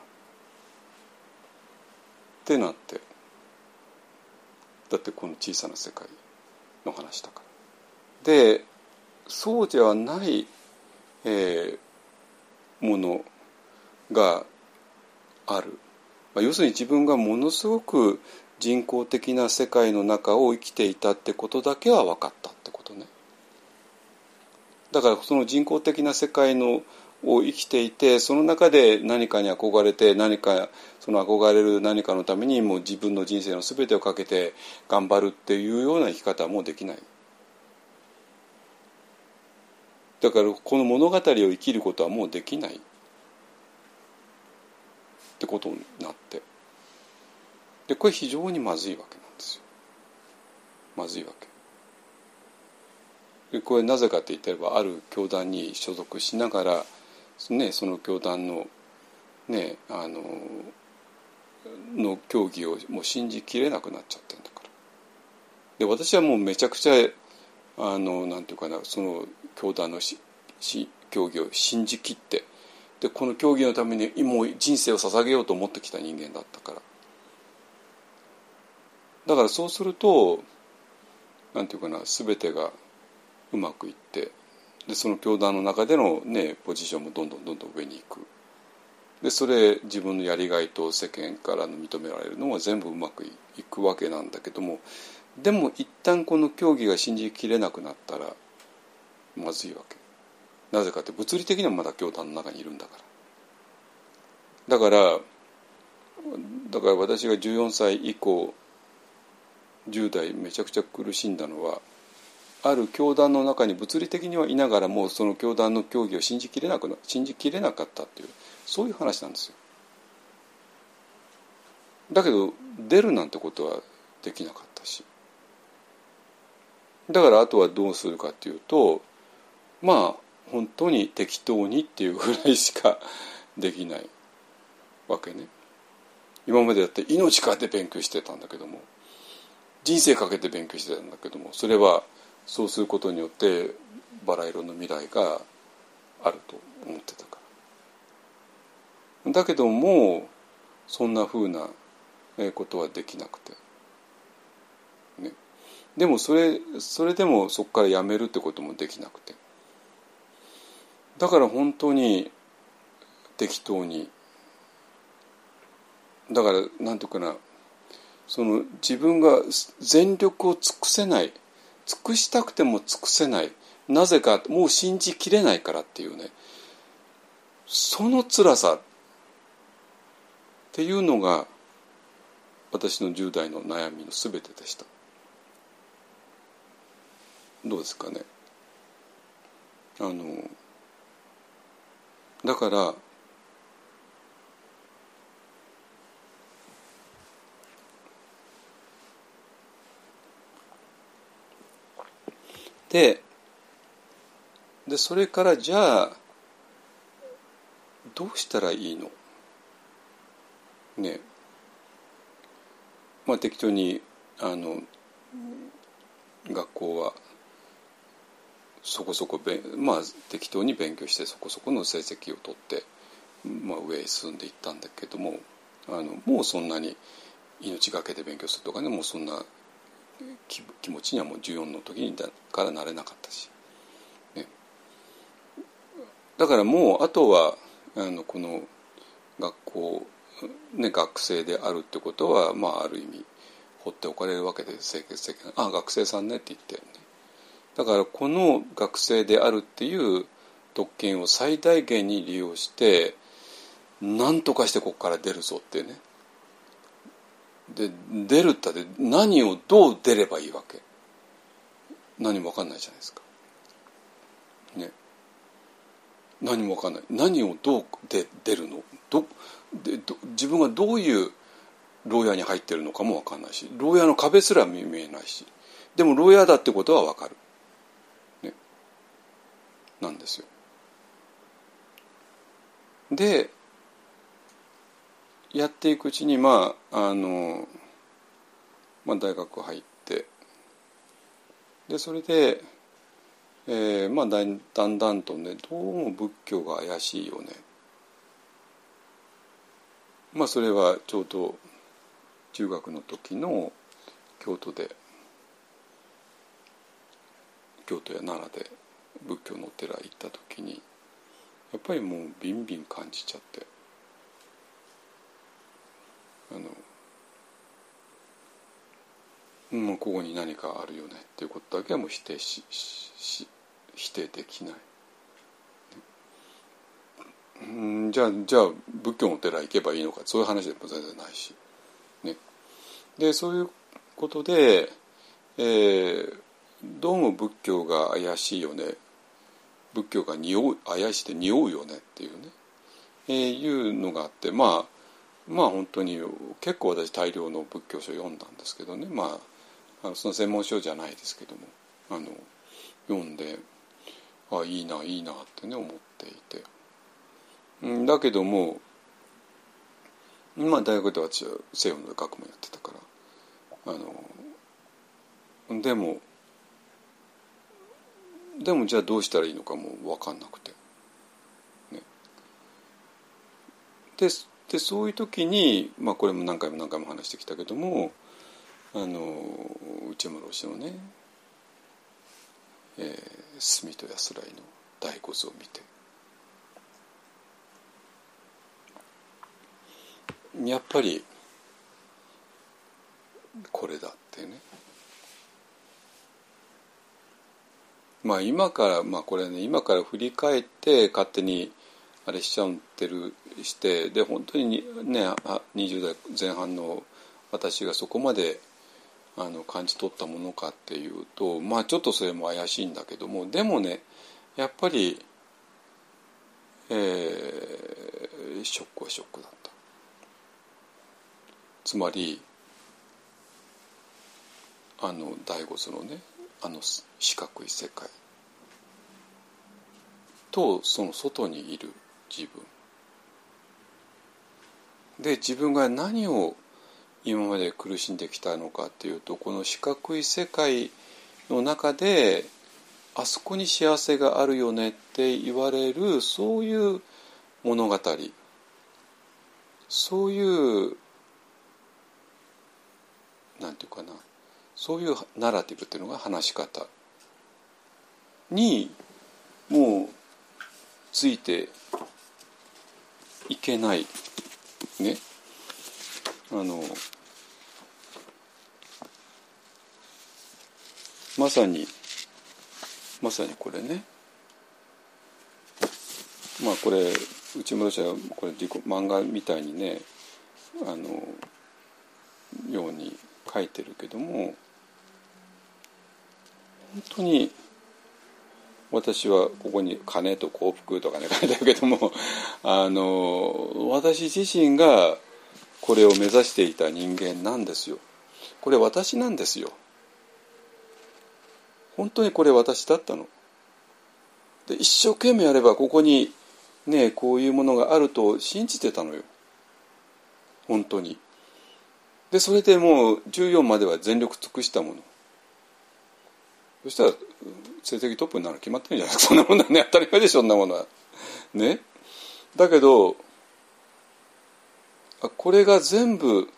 ってなってだってこの小さな世界の話だからでそうではない、えー、ものがある、まあ、要するに自分がものすごく人工的な世界の中を生きていたってことだけは分かったってことね。だからその人工的な世界のを生きていてその中で何かに憧れて何かその憧れる何かのためにもう自分の人生の全てをかけて頑張るっていうような生き方はもうできない。だからこの物語を生きることはもうできないってことになってでこれ非常にまずいわけなんですよ。まずいわけ。でこれなぜかと言ってればある教団に所属しながらね、その教団のねあのの教義をもう信じきれなくなっちゃってるんだから。で私はもうめちゃくちゃあのなんていうかなその教団のしし教義を信じきってでこの教義のためにもう人生を捧げようと思ってきた人間だったから。だからそうするとなんていうかな全てがうまくいってでその教団の中での、ね、ポジションもどんどんどんどん上に行くでそれ自分のやりがいと世間からの認められるのは全部うまくいくわけなんだけどもでも一旦この教義が信じきれなくなったらまずいわけ。なぜかって物理的にはまだ教団の中にいるんだからだからだから私がじゅうよんさい以降じゅう代めちゃくちゃ苦しんだのはある教団の中に物理的にはいながらもその教団の教義を信じきれなくな信じきれなかったっていうそういう話なんですよ。だけど出るなんてことはできなかったしだからあとはどうするかっていうとまあ本当に適当にっていうぐらいしかできないわけね。今までだって命かけて勉強してたんだけども人生かけて勉強してたんだけどもそれはそうすることによってバラ色の未来があると思ってたからだけどもそんな風なことはできなくて、ね、でもそれそれでもそこからやめるってこともできなくて、だから本当に適当に、だからなんていうかな、その自分が全力を尽くせない、尽くしたくても尽くせない、なぜかもう信じきれないからっていうね、その辛さっていうのが私のじゅう代の悩みのすべてでした。どうですかね。あのだからででそれからじゃあどうしたらいいのね。まあ適当にあの学校はそこそこべまあ適当に勉強してそこそこの成績を取って、まあ、上へ進んでいったんだけども、あのもうそんなに命がけで勉強するとかね、もうそんな 気, 気持ちにはもうじゅうよんの時にだからなれなかったし、ね、だからもうあとはあのこの学校、ね、学生であるってことは、まあ、ある意味放っておかれるわけで、清潔的なあ学生さんねって言って、ね、だからこの学生であるっていう特権を最大限に利用して何とかしてここから出るぞってね。で出るったって何をどう出ればいいわけ、何も分かんないじゃないですか、ね、何も分かんない、何をどうで出るの、どでど自分がどういう牢屋に入ってるのかも分かんないし、牢屋の壁すら見えないし、でも牢屋だってことは分かる、ね、なんですよ。でやっていくうちに、まああの、まあ、大学入って、でそれで、えーまあ、だ, だんだんとね、どうも仏教が怪しいよね。まあそれはちょうど中学の時の京都で京都や奈良で仏教のお寺行った時にやっぱりもうビンビン感じちゃって、あのもうここに何かあるよねっていうことだけはもう否定しし否定できない。うんじゃあじゃあ仏教のお寺行けばいいのか、そういう話でも全然ないし、ね、でそういうことで、えー、どうも仏教が怪しいよね、仏教が匂う怪しいで匂うよねっていうね、えー、いうのがあって、まあまあ本当に結構私大量の仏教書を読んだんですけどね、まあ、あのその専門書じゃないですけども、あの読んで、あいいないいなってね思っていて、だけども、まあ大学で私は西洋の学問やってたから、あのでもでもじゃあどうしたらいいのかも分かんなくて、ね、ででそういう時に、まあ、これも何回も何回も話してきたけども、あの内村老師のね、えー、住と安らいの第五図を見て、やっぱりこれだってね、まあ今から、まあこれね、今から振り返って勝手にあれしちゃってるして、で本当にねにじゅう代前半の私がそこまであの感じ取ったものかっていうと、まあちょっとそれも怪しいんだけども、でもねやっぱり、えー、ショックはショックだった。つまりあの第五図のね、あの四角い世界とその外にいる自分で、自分が何を今まで苦しんできたのかっていうと、この四角い世界の中であそこに幸せがあるよねって言われる、そういう物語、そういうそういうナラティブっていうのが話し方にもうついていけないね。あのまさにまさにこれね、まあこれ内村氏はこれ漫画みたいにね、あのように書いてるけども、本当に私はここに金と幸福とかね書いてあるけども、あの私自身がこれを目指していた人間なんですよ。これ私なんですよ。本当にこれ私だったの。で一生懸命やればここにねこういうものがあると信じてたのよ。本当に。でそれでもうじゅうよんまでは全力尽くしたもの。そしたら成績トップになるの決まってるんじゃないですか。そんなものはね、当たり前でしょ、そんなものはね。だけどこれが全部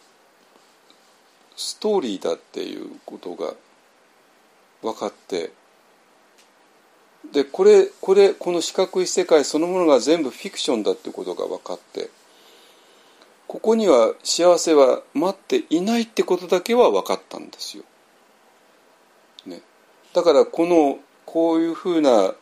ストーリーだっていうことが分かって、でこれこれこの四角い世界そのものが全部フィクションだっていうことが分かって、ここには幸せは待っていないってことだけは分かったんですよ、ね、だからこのこういうふうな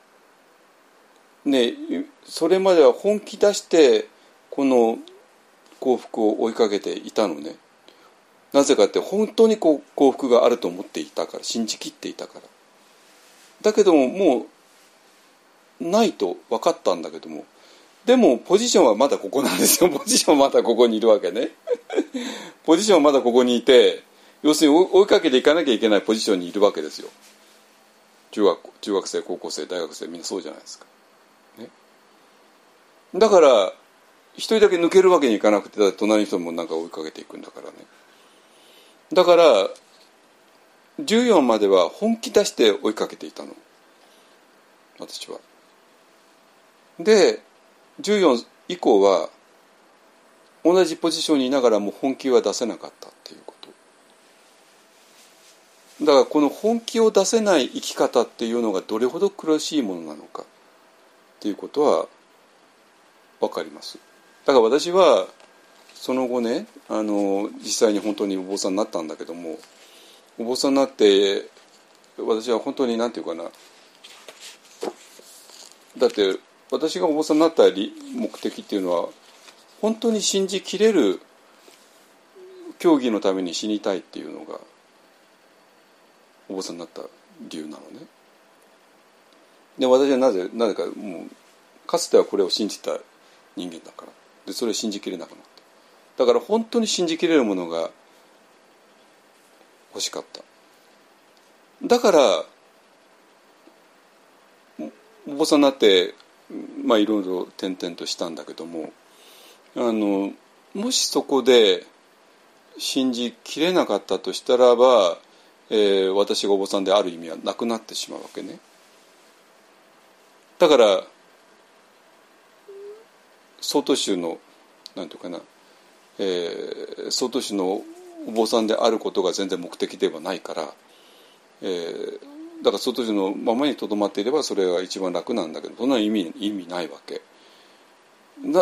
ね、それまでは本気出してこの幸福を追いかけていたのね。なぜかって本当にこう幸福があると思っていたから、信じきっていたから。だけどももうないと分かったんだけども、でもポジションはまだここなんですよ。ポジションはまだここにいるわけね。ポジションはまだここにいて、要するに追いかけていかなきゃいけないポジションにいるわけですよ。中学、中学生、高校生、大学生、みんなそうじゃないですか、ね、だから一人だけ抜けるわけにいかなくて、だって隣の人もなんか追いかけていくんだからね。だからじゅうよんまでは本気出して追いかけていたの、私は。でじゅうよん以降は同じポジションにいながらも本気は出せなかったっていうこと。だからこの本気を出せない生き方っていうのがどれほど苦しいものなのかっていうことは分かります。だから私はその後ね、あの実際に本当にお坊さんになったんだけども、お坊さんになって私は本当に何て言うかな、だって私がお坊さんになった目的っていうのは本当に信じきれる教義のために死にたいっていうのがお坊さんになった理由なのね。で私はなぜなぜかもうかつてはこれを信じた人間だから、でそれを信じきれなくなって、だから本当に信じきれるものが欲しかった。だからお坊さんになってまあいろいろ転々としたんだけども、あのもしそこで信じきれなかったとしたらば、えー、私がお坊さんである意味はなくなってしまうわけね。だから曹洞宗のなんていうかな、えー、曹洞宗のお坊さんであることが全然目的ではないから、えー、だから曹洞宗のままにとどまっていればそれが一番楽なんだけど、そんな意味意味ないわけな。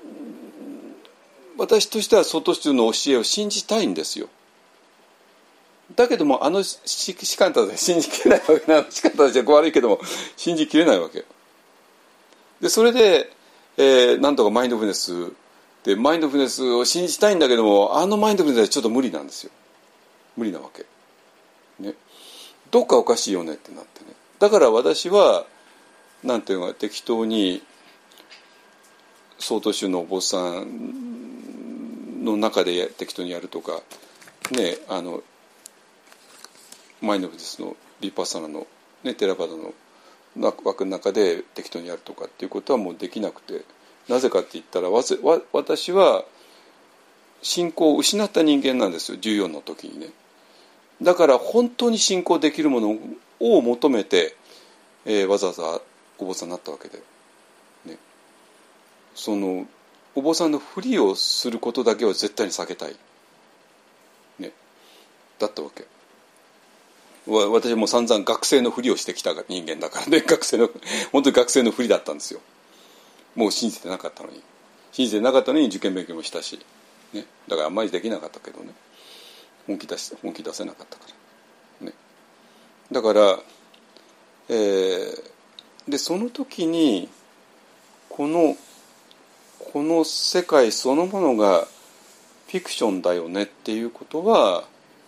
私としては曹洞宗の教えを信じたいんですよ。だけどもあの士官たちは信じきれないわけな。士官たちは悪いけども信じきれないわけで、それで、えー、なんとかマインドフルネスでマインドフルネスを信じたいんだけども、あのマインドフルネスはちょっと無理なんですよ。無理なわけね。どっかおかしいよねってなってね。だから私はなんていうのか、適当に曹洞宗のお坊さんの中で適当にやるとかね、あのマインドフルネスのヴィパッサナの、ね、テラバダの枠の中で適当にやるとかっていうことはもうできなくて、なぜかって言ったらわわ私は信仰を失った人間なんですよ、じゅうよんの時にね。だから本当に信仰できるものを求めて、えー、わざわざお坊さんになったわけで、ね、そのお坊さんのふりをすることだけは絶対に避けたい、ね、 だったわけ。私も散々学生のふりをしてきた人間だからね、学生の本当に学生のふりだったんですよ。もう信じてなかったのに信じてなかったのに受験勉強もしたし、ね、だからあんまりできなかったけどね、本気出し本気出せなかったからね。だから、えー、でその時にこのこの世界そのものがフィクションだよねっていうことは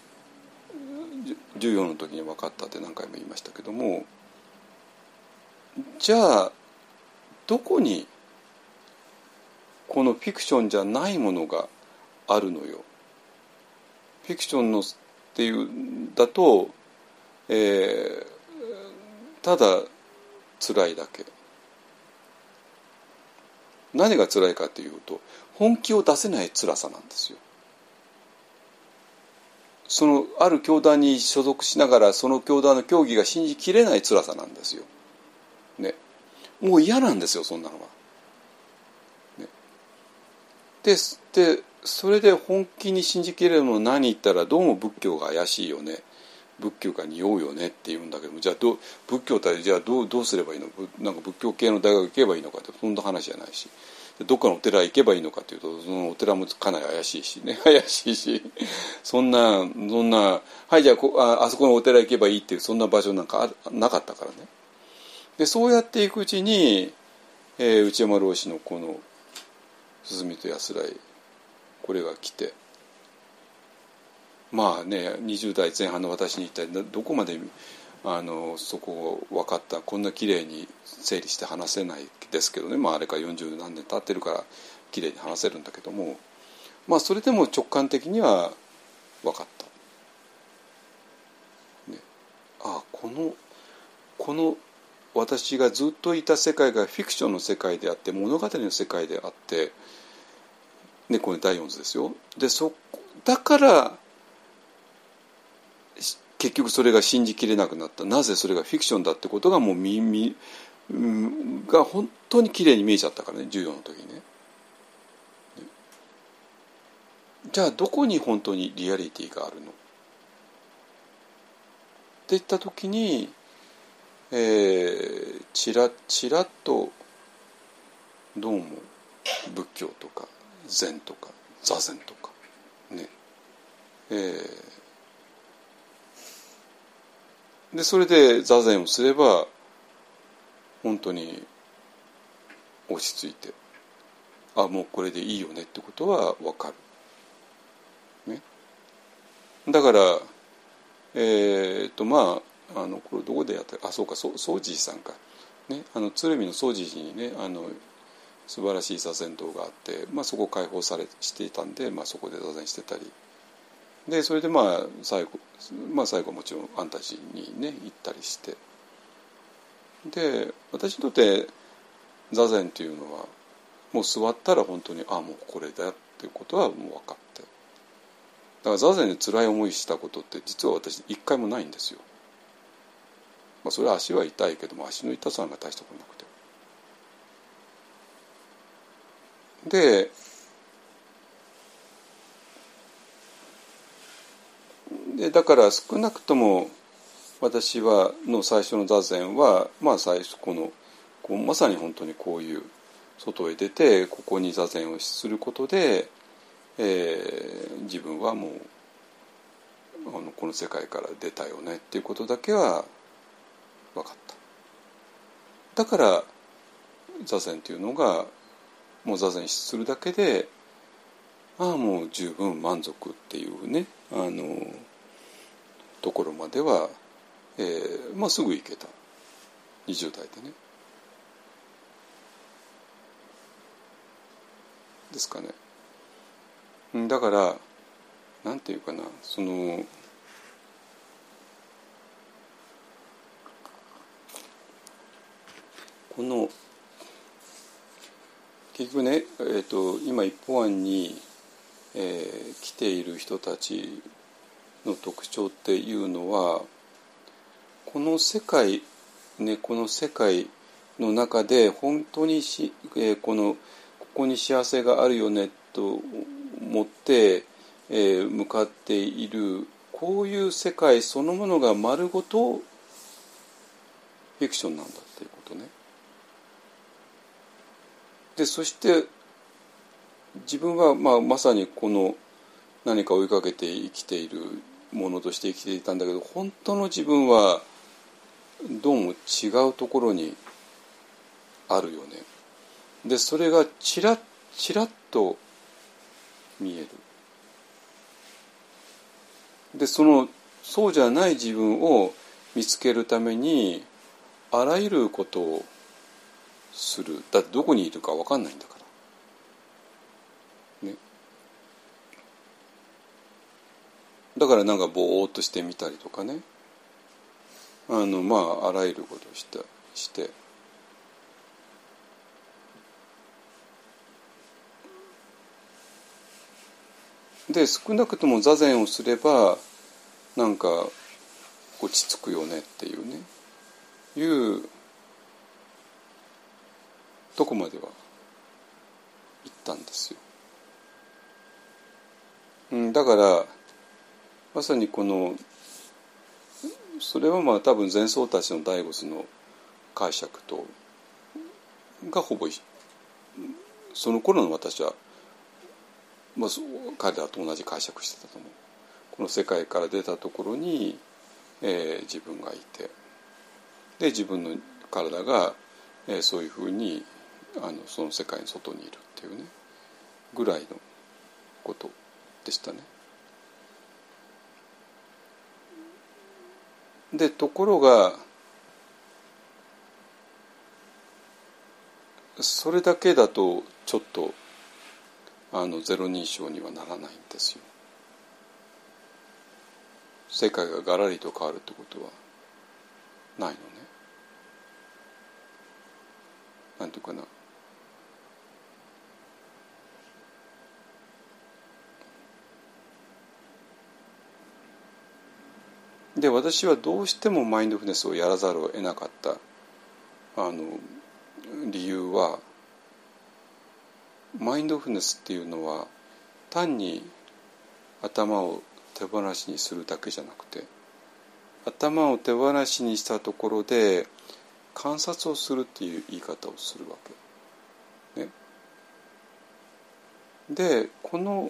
じゅうよんの時に分かったって何回も言いましたけども、じゃあどこにこのフィクションじゃないものがあるのよ。フィクションのっていうだと、えー、ただ辛いだけ。何が辛いかというと本気を出せない辛さなんですよ。そのある教団に所属しながらその教団の教義が信じきれない辛さなんですよ、ね、もう嫌なんですよそんなのは、ね、で, でそれで本気に信じきれるの何言ったらどうも仏教が怪しいよね、仏教が匂うよねって言うんだけども、じゃあどう仏教ってじゃあどうどうすればいいの、なんか仏教系の大学行けばいいのかってそんな話じゃないし、どっかのお寺行けばいいのかというとそのお寺もかなり怪しいしね怪しいしそんなそんなはいじゃあ こ あ, あそこのお寺行けばいいっていうそんな場所なんかあなかったからね。でそうやっていくうちに、えー、内山老師のこの進みと安らいこれが来て、まあねにじゅう代前半の私に一体どこまであのそこを分かった、こんな綺麗に整理して話せないですけどね、まあ、あれからよんじゅう何年経ってるから綺麗に話せるんだけども、まあそれでも直感的には分かった、ね、ああこのこの私がずっといた世界がフィクションの世界であって物語の世界であって、ね、これだいよん図ですよ。でそだから結局それが信じきれなくなった。なぜそれがフィクションだってことがもう耳が本当にきれいに見えちゃったからね、じゅうよんの時にね。じゃあどこに本当にリアリティがあるのって言った時に、えー、ちらちらっとどうも仏教とか禅とか座禅とかね、えーでそれで座禅をすれば本当に落ち着いて、あもうこれでいいよねってことは分かる、ね、だからえー、っとまああのこれどこでやったあそうかそう宗持さんか、ね、あの鶴見の宗持寺にねあの素晴らしい座禅堂があって、まあ、そこを開放されしていたんで、まあ、そこで座禅してたりでそれでまあ最後、まあ、最後もちろん安泰寺にね行ったりして、で私にとって座禅っていうのはもう座ったら本当にあもうこれだっていうことはもう分かって、だから座禅で辛い思いしたことって実は私一回もないんですよ。まあ、それは足は痛いけども足の痛さが大したことなくて、ででだから少なくとも私はの最初の座禅は、まあ、最初このこうまさに本当にこういう外へ出てここに座禅をすることで、えー、自分はもうあのこの世界から出たよねっていうことだけは分かった。だから座禅っていうのがもう座禅するだけでああもう十分満足っていうねあのところまでは、えーまあ、すぐ行けたにじゅう代でねですかね。だからなんていうかなそのこの結局ね、えー、と今一方案に、えー、来ている人たちの特徴っていうのはこの世界ねこの世界の中で本当にし、えー、このここに幸せがあるよねと思って、えー、向かっているこういう世界そのものが丸ごとフィクションなんだっていうことね。でそして自分は、まあ、まさにこの何か追いかけて生きているものとして生きていたんだけど、本当の自分はどうも違うところにあるよね。でそれがちらっちらっと見える。でそのそうじゃない自分を見つけるためにあらゆることをする。だってどこにいるか分かんないんだからね。だからなんかぼーっとしてみたりとかね、あのまああらゆることをしたしてで少なくとも座禅をすればなんか落ち着くよねっていうねいうとこまでは行ったんですよ。うん、だからまさにこのそれはまあ多分禅僧たちの大仏の解釈とがほぼその頃の私は、まあ、彼らと同じ解釈してたと思う。この世界から出たところに、えー、自分がいてで自分の体が、えー、そういうふうにあのその世界の外にいるっていうねぐらいのことでしたね。でところがそれだけだとちょっとあのゼロ認証にはならないんですよ。世界がガラリと変わるってことはないのね。なんていうかな、で私はどうしてもマインドフルネスをやらざるを得なかったあの理由は、マインドフルネスっていうのは単に頭を手放しにするだけじゃなくて、頭を手放しにしたところで観察をするっていう言い方をするわけ、ね、でこの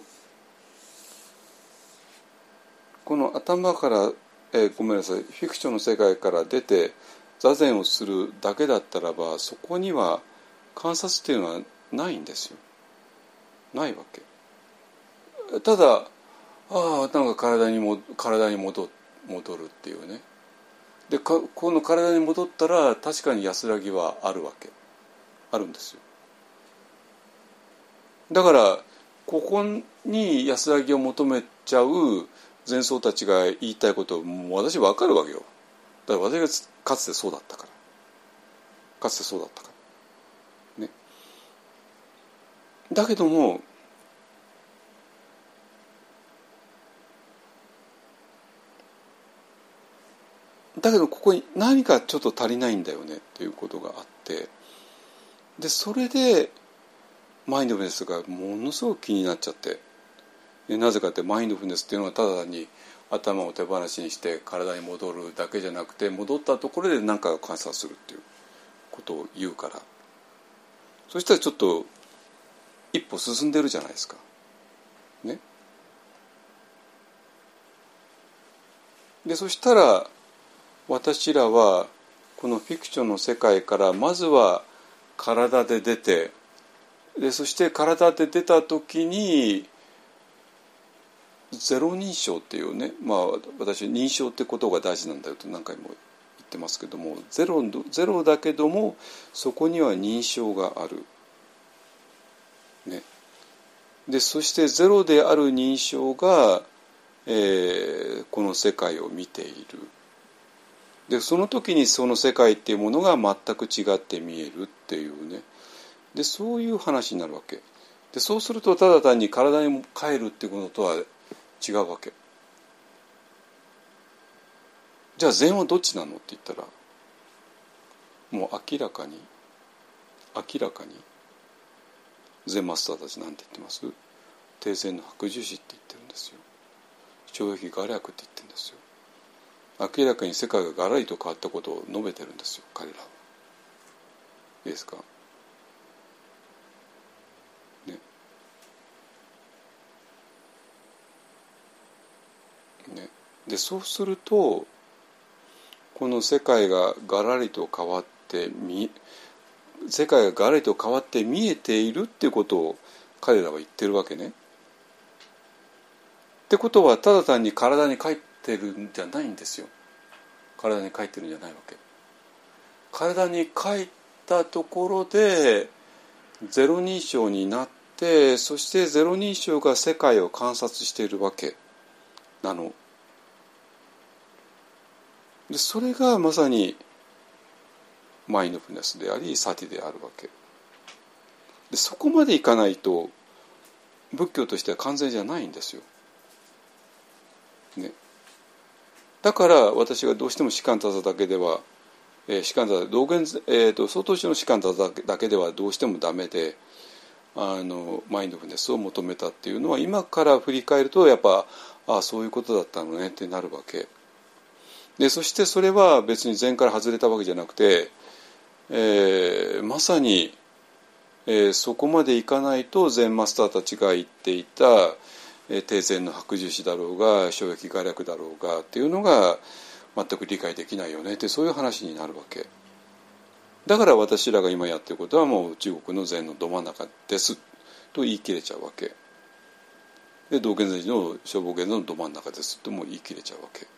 この頭から、えー、ごめんなさいフィクションの世界から出て座禅をするだけだったらば、そこには観察っていうのはないんですよ。ないわけ。ただああなんか体にも体に戻戻るっていうね。でかこの体に戻ったら確かに安らぎはあるわけ、あるんですよ。だからここに安らぎを求めちゃう禅僧たちが言いたいことをもう私分かるわけよ。だから私がかつてそうだったからかつてそうだったからね。だけどもだけどここに何かちょっと足りないんだよねっていうことがあって、でそれでマインドフルネスがものすごく気になっちゃって、でなぜかってマインドフルネスっていうのはただ単に頭を手放しにして体に戻るだけじゃなくて、戻ったところで何かを観察するっていうことを言うから、そしたらちょっと一歩進んでるじゃないですかね。でそしたら私らはこのフィクションの世界からまずは体で出て、でそして体で出た時にゼロ認証っていうね、まあ私認証ってことが大事なんだよと何回も言ってますけども、ゼロ、ゼロだけどもそこには認証がある、ね、でそしてゼロである認証が、えー、この世界を見ている。でその時にその世界っていうものが全く違って見えるっていうね、でそういう話になるわけで、そうするとただ単に体に帰るっていうこととは違うわけ。じゃあ禅はどっちなのって言ったら、もう明らかに明らかに禅マスターたちなんて言ってます？定禅の白寿司って言ってるんですよ。 超越ガ略って言ってるんですよ。明らかに世界がガラリと変わったことを述べてるんですよ、彼らは。いいですかね。ね。でそうするとこの世界がガラリと変わってみ世界がガラリと変わって見えているっていうことを彼らは言ってるわけね。ってことはただ単に体に帰ってるんじゃないんですよ。体に帰ってるんじゃないわけ。体に帰ったところでゼロ認証になって、そしてゼロ認証が世界を観察しているわけなの。でそれがまさにマインドフルネスでありサティであるわけで、そこまでいかないと仏教としては完全じゃないんですよ、ね、だから私がどうしても士官多座だけでは、えー、士官多座道元、えー、と曹洞宗の士官多座だけではどうしてもダメで、あのマインドフルネスを求めたっていうのは今から振り返るとやっぱああそういうことだったのねってなるわけで、そしてそれは別に禅から外れたわけじゃなくて、えー、まさに、えー、そこまでいかないと禅マスターたちが言っていた、えー、定禅の白寿司だろうが衝撃画略だろうがっていうのが全く理解できないよねって、そういう話になるわけだから、私らが今やってることはもう中国の禅のど真ん中ですと言い切れちゃうわけで、道元禅師の正法元のど真ん中ですとも言い切れちゃうわけ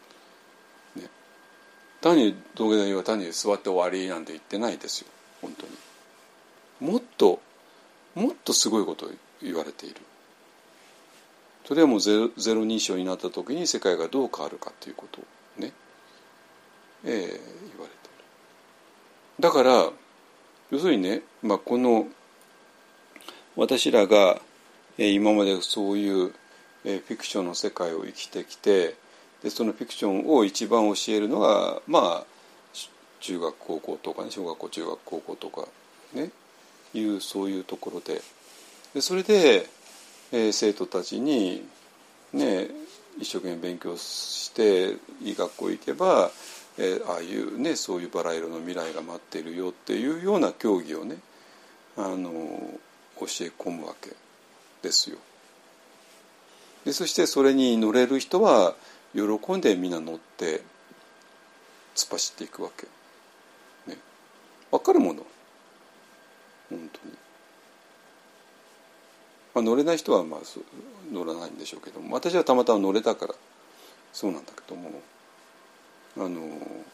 単に道元禅師は単に座って終わりなんて言ってないですよ。本当にもっともっとすごいことを言われている。それはもうゼロ、ゼロ認証になった時に世界がどう変わるかということをね、えー、言われている。だから要するにね、まあ、この私らが、えー、今までそういう、えー、フィクションの世界を生きてきて、でそのフィクションを一番教えるのがまあ中学高校とかね、小学校中学高校とかねいうそういうところで、でそれで、えー、生徒たちにね一生懸命勉強していい学校行けば、えー、ああいうねそういうバラ色の未来が待っているよっていうような教義をねあの教え込むわけですよ。でそしてそれに乗れる人は喜んでみんな乗って突っ走っていくわけ、ね、分かるもの本当に、まあ、乗れない人はまあ乗らないんでしょうけども、私はたまたま乗れたからそうなんだけども、あの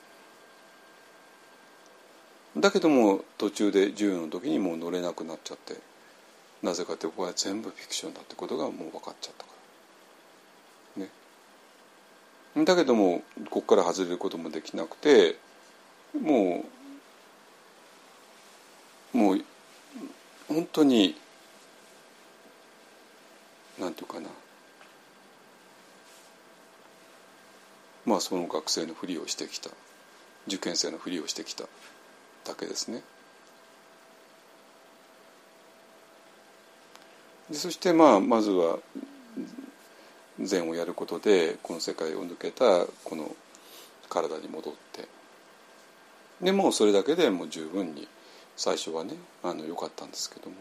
だけども途中で授業の時にもう乗れなくなっちゃって、なぜかってここは全部フィクションだってことがもう分かっちゃったからね。だけどもここから外れることもできなくて、もうもう本当になんていうかな、まあその学生のふりをしてきた、受験生のふりをしてきただけですね。でそしてまあまずは禅をやることでこの世界を抜けたこの体に戻って、でもうそれだけでもう十分に最初はねあの良かったんですけど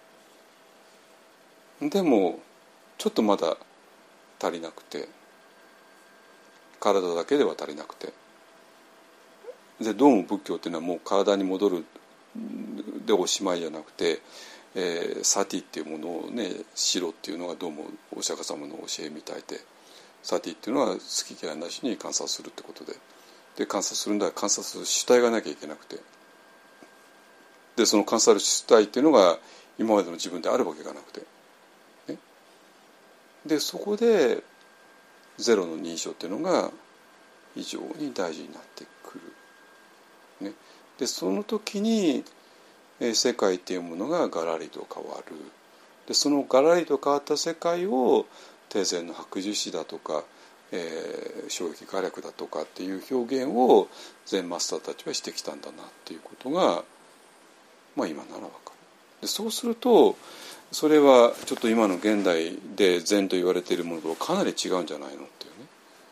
も、でもちょっとまだ足りなくて、体だけでは足りなくて、でどうも仏教っていうのはもう体に戻るでおしまいじゃなくて、えー、サティっていうものをねしろっていうのがどうもお釈迦様の教えみたいで、サティっていうのは好き嫌いなしに観察するってことで、で観察するんだから観察する主体がなきゃいけなくて、でその観察主体っていうのが今までの自分であるわけがなくて、ね、でそこでゼロの認証っていうのが非常に大事になってくる、ね、でその時に世界っていうものがガラリと変わる。でそのガラリと変わった世界を定禅の白寿司だとか、えー、衝撃画略だとかっていう表現を禅マスターたちはしてきたんだなっていうことが、まあ、今ならわかる。でそうするとそれはちょっと今の現代で禅と言われているものとかなり違うんじゃないのっていうね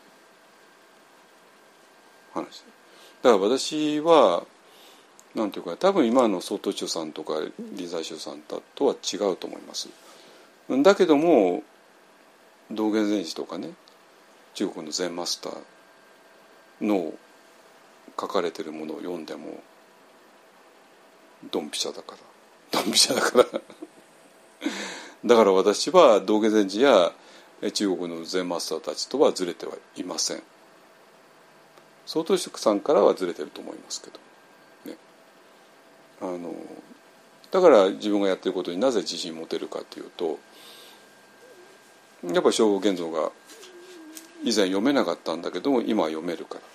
話。だから私はなんていうか多分今の曹洞宗さんとか李在宗さんとは違うと思います。だけども道元禅師とかね中国の禅マスターの書かれているものを読んでもドンピシャだからドンピシャだからだから私は道元禅師や中国の禅マスターたちとはずれてはいません。曹洞宗さんからはずれてると思いますけど、ね、あのだから自分がやっていることになぜ自信持てるかというとやっぱり聖厳蔵が以前読めなかったんだけども今は読めるから。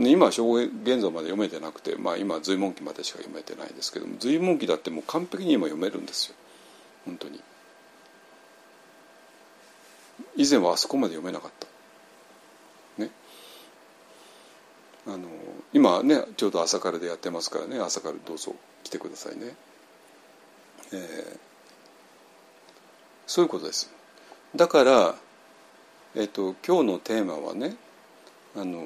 今は聖厳蔵まで読めてなくて、まあ、今は随文記までしか読めてないですけども随文記だってもう完璧に今読めるんですよ本当に。以前はあそこまで読めなかったね。あの今ねちょうど朝からでやってますからね朝からどうぞ来てくださいね、えー、そういうことです。だから、えーと、今日のテーマはねあの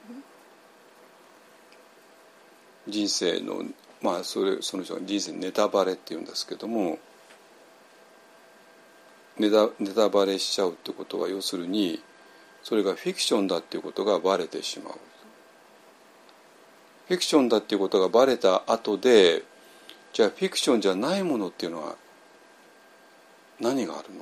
人生のまあそれその人が人生ネタバレっていうんですけどもネタ、ネタバレしちゃうってことは要するにそれがフィクションだっていうことがバレてしまう。フィクションだっていうことがバレた後でじゃあフィクションじゃないものっていうのは何がある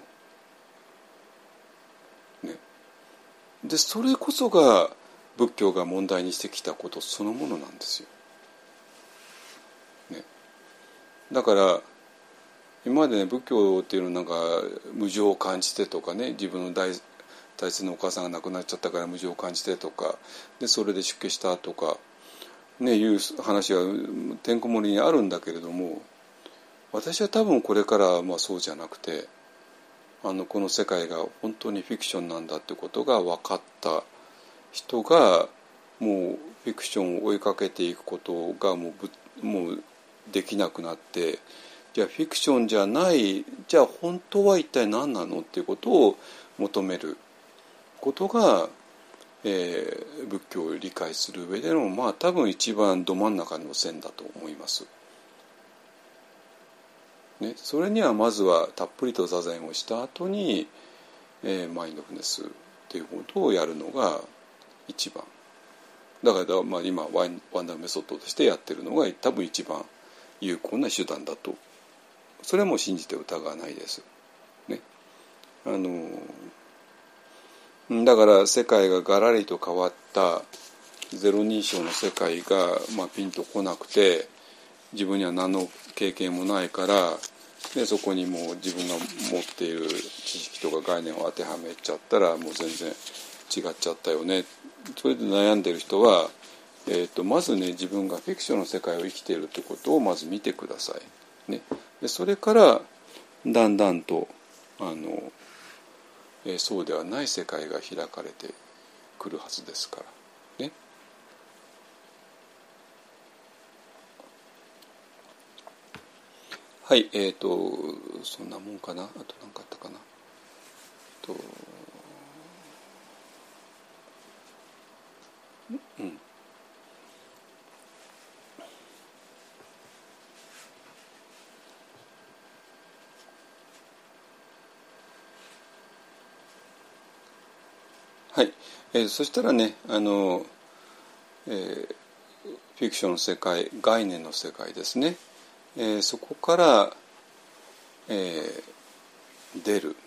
の、ね、でそれこそが仏教が問題にしてきたことそのものなんですよ、ね、だから今までね仏教っていうのはなんか無常を感じてとかね自分の大大切なお母さんが亡くなっちゃったから無常を感じてとかでそれで出家したとかねいう話がてんこ盛りにあるんだけれども私は多分これからまあそうじゃなくてあのこの世界が本当にフィクションなんだってことが分かった人がもうフィクションを追いかけていくことがもうぶもうできなくなってじゃあフィクションじゃないじゃあ本当は一体何なのっていうことを求めることが、えー、仏教を理解する上でのまあ多分一番ど真ん中の線だと思います。ね、それにはまずはたっぷりと座禅をした後に、えー、マインドフルネスということをやるのが一番だから、まあ、今ワンダーメソッドとしてやってるのが多分一番有効な手段だとそれも信じて疑わないです、ね、あのだから世界がガラリと変わったゼロ認証の世界が、まあ、ピンとこなくて自分には何の経験もないからでそこにもう自分が持っている知識とか概念を当てはめちゃったらもう全然違っちゃったよね。それで悩んでる人は、えーと、まずね自分がフィクションの世界を生きているということをまず見てください、ね、でそれからだんだんとあの、えー、そうではない世界が開かれてくるはずですからね。はい、えーと、そんなもんかな。あと何かあったかな。と、うん。はい、えー、そしたらね、あの、えー、フィクションの世界、概念の世界ですね。えー、そこから、えー、出る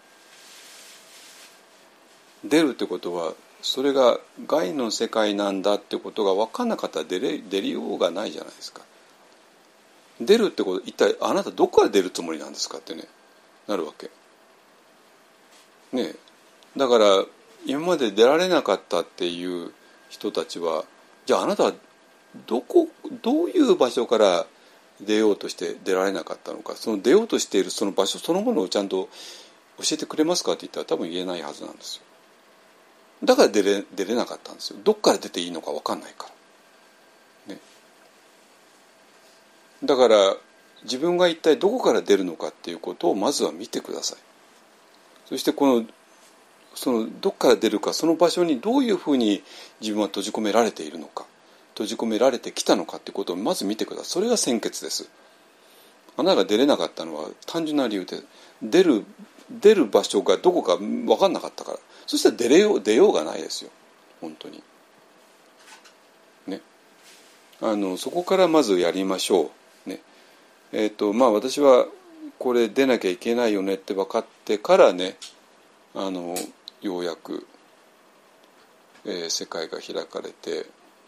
出るってことはそれが概の世界なんだってことが分かんなかったら出れ出りようがないじゃないですか。出るってこと一体あなたどこから出るつもりなんですかってねなるわけね。だから今まで出られなかったっていう人たちはじゃああなたはどこどういう場所から出ようとして出られなかったのかその出ようとしているその場所そのものをちゃんと教えてくれますかって言ったら多分言えないはずなんですよ。だから出れ、出れなかったんですよ。どっから出ていいのか分かんないから、ね、だから自分が一体どこから出るのかっていうことをまずは見てください。そしてこのそのどこから出るか、その場所にどういうふうに自分は閉じ込められているのか、閉じ込められてきたのかってことをまず見てください。それが先決です。あなたが出れなかったのは単純な理由で、出る出る場所がどこか分かんなかったから。そしたら出れよう出ようがないですよ、本当にね。あのそこからまずやりましょうね。えっとまあ私はこれ出なきゃいけないよねって分かってからね、あのようやく、えー、世界が開かれて、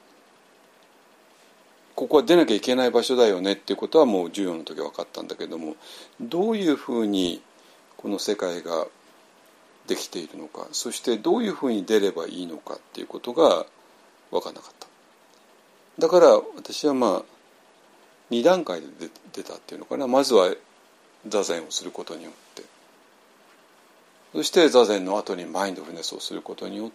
ここは出なきゃいけない場所だよねっていうことはもうじゅうよんの時分かったんだけども、どういうふうにこの世界ができているのか、そしてどういうふうに出ればいいのかっていうことが分からなかった。だから私はまあに段階で出たっていうのかな。まずは座禅をすることによって、そして座禅の後にマインドフルネスをすることによって、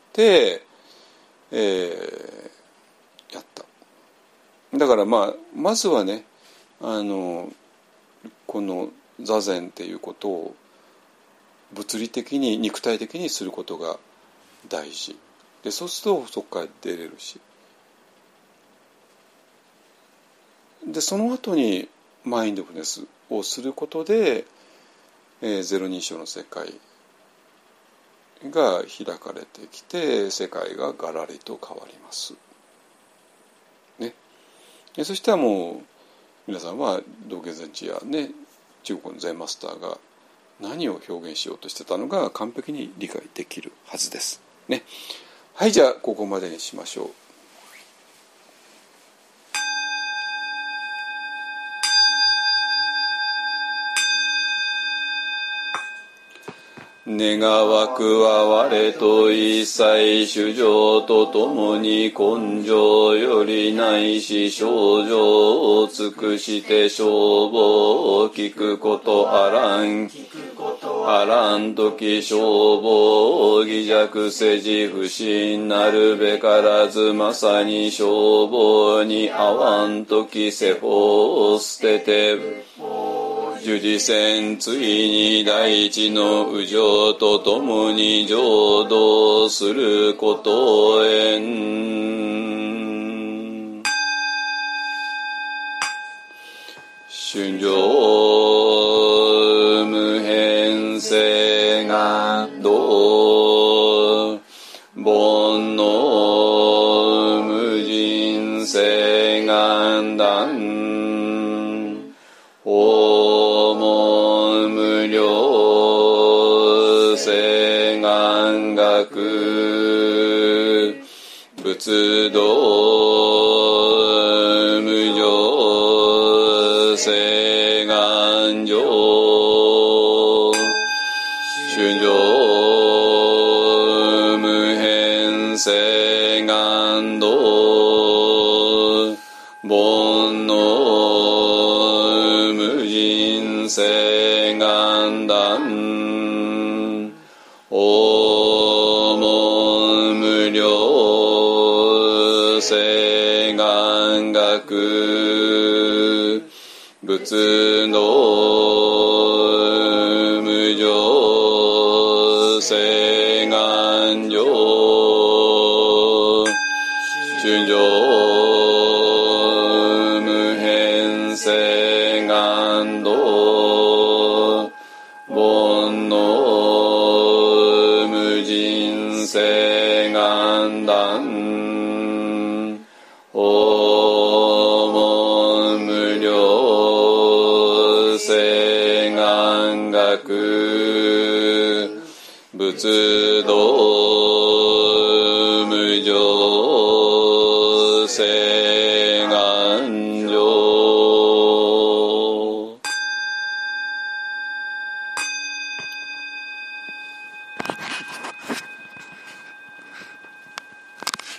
えー、やった。だからまあまずはね、あのこの座禅っていうことを物理的に肉体的にすることが大事で、そうするとそこから出れるし、でその後にマインドフルネスをすることで、えー、ゼロ認証の世界が開かれてきて、世界がガラリと変わりますね。でそしたらもう皆さんは道元禅師やね、中国の禅マスターが何を表現しようとしてたのが完璧に理解できるはずですね。はい、じゃあここまでにしましょう。願わくは我と一切主情とともに根性よりないし症状を尽くして消防を聞くことあらんあらんとき消防を疑弱せじ不信なるべからずまさに消防に合わんとき世法を捨てて十字線ついに大地の右上とともに浄土することへん春情無変性が道煩悩無人性が断訪問無料性願学仏道無常性願上春情無変性願道煩悩無人性願断訪問無料性願学仏道無常性願上春情無変性願道煩悩無人性願断訪問無料性願学仏道無常性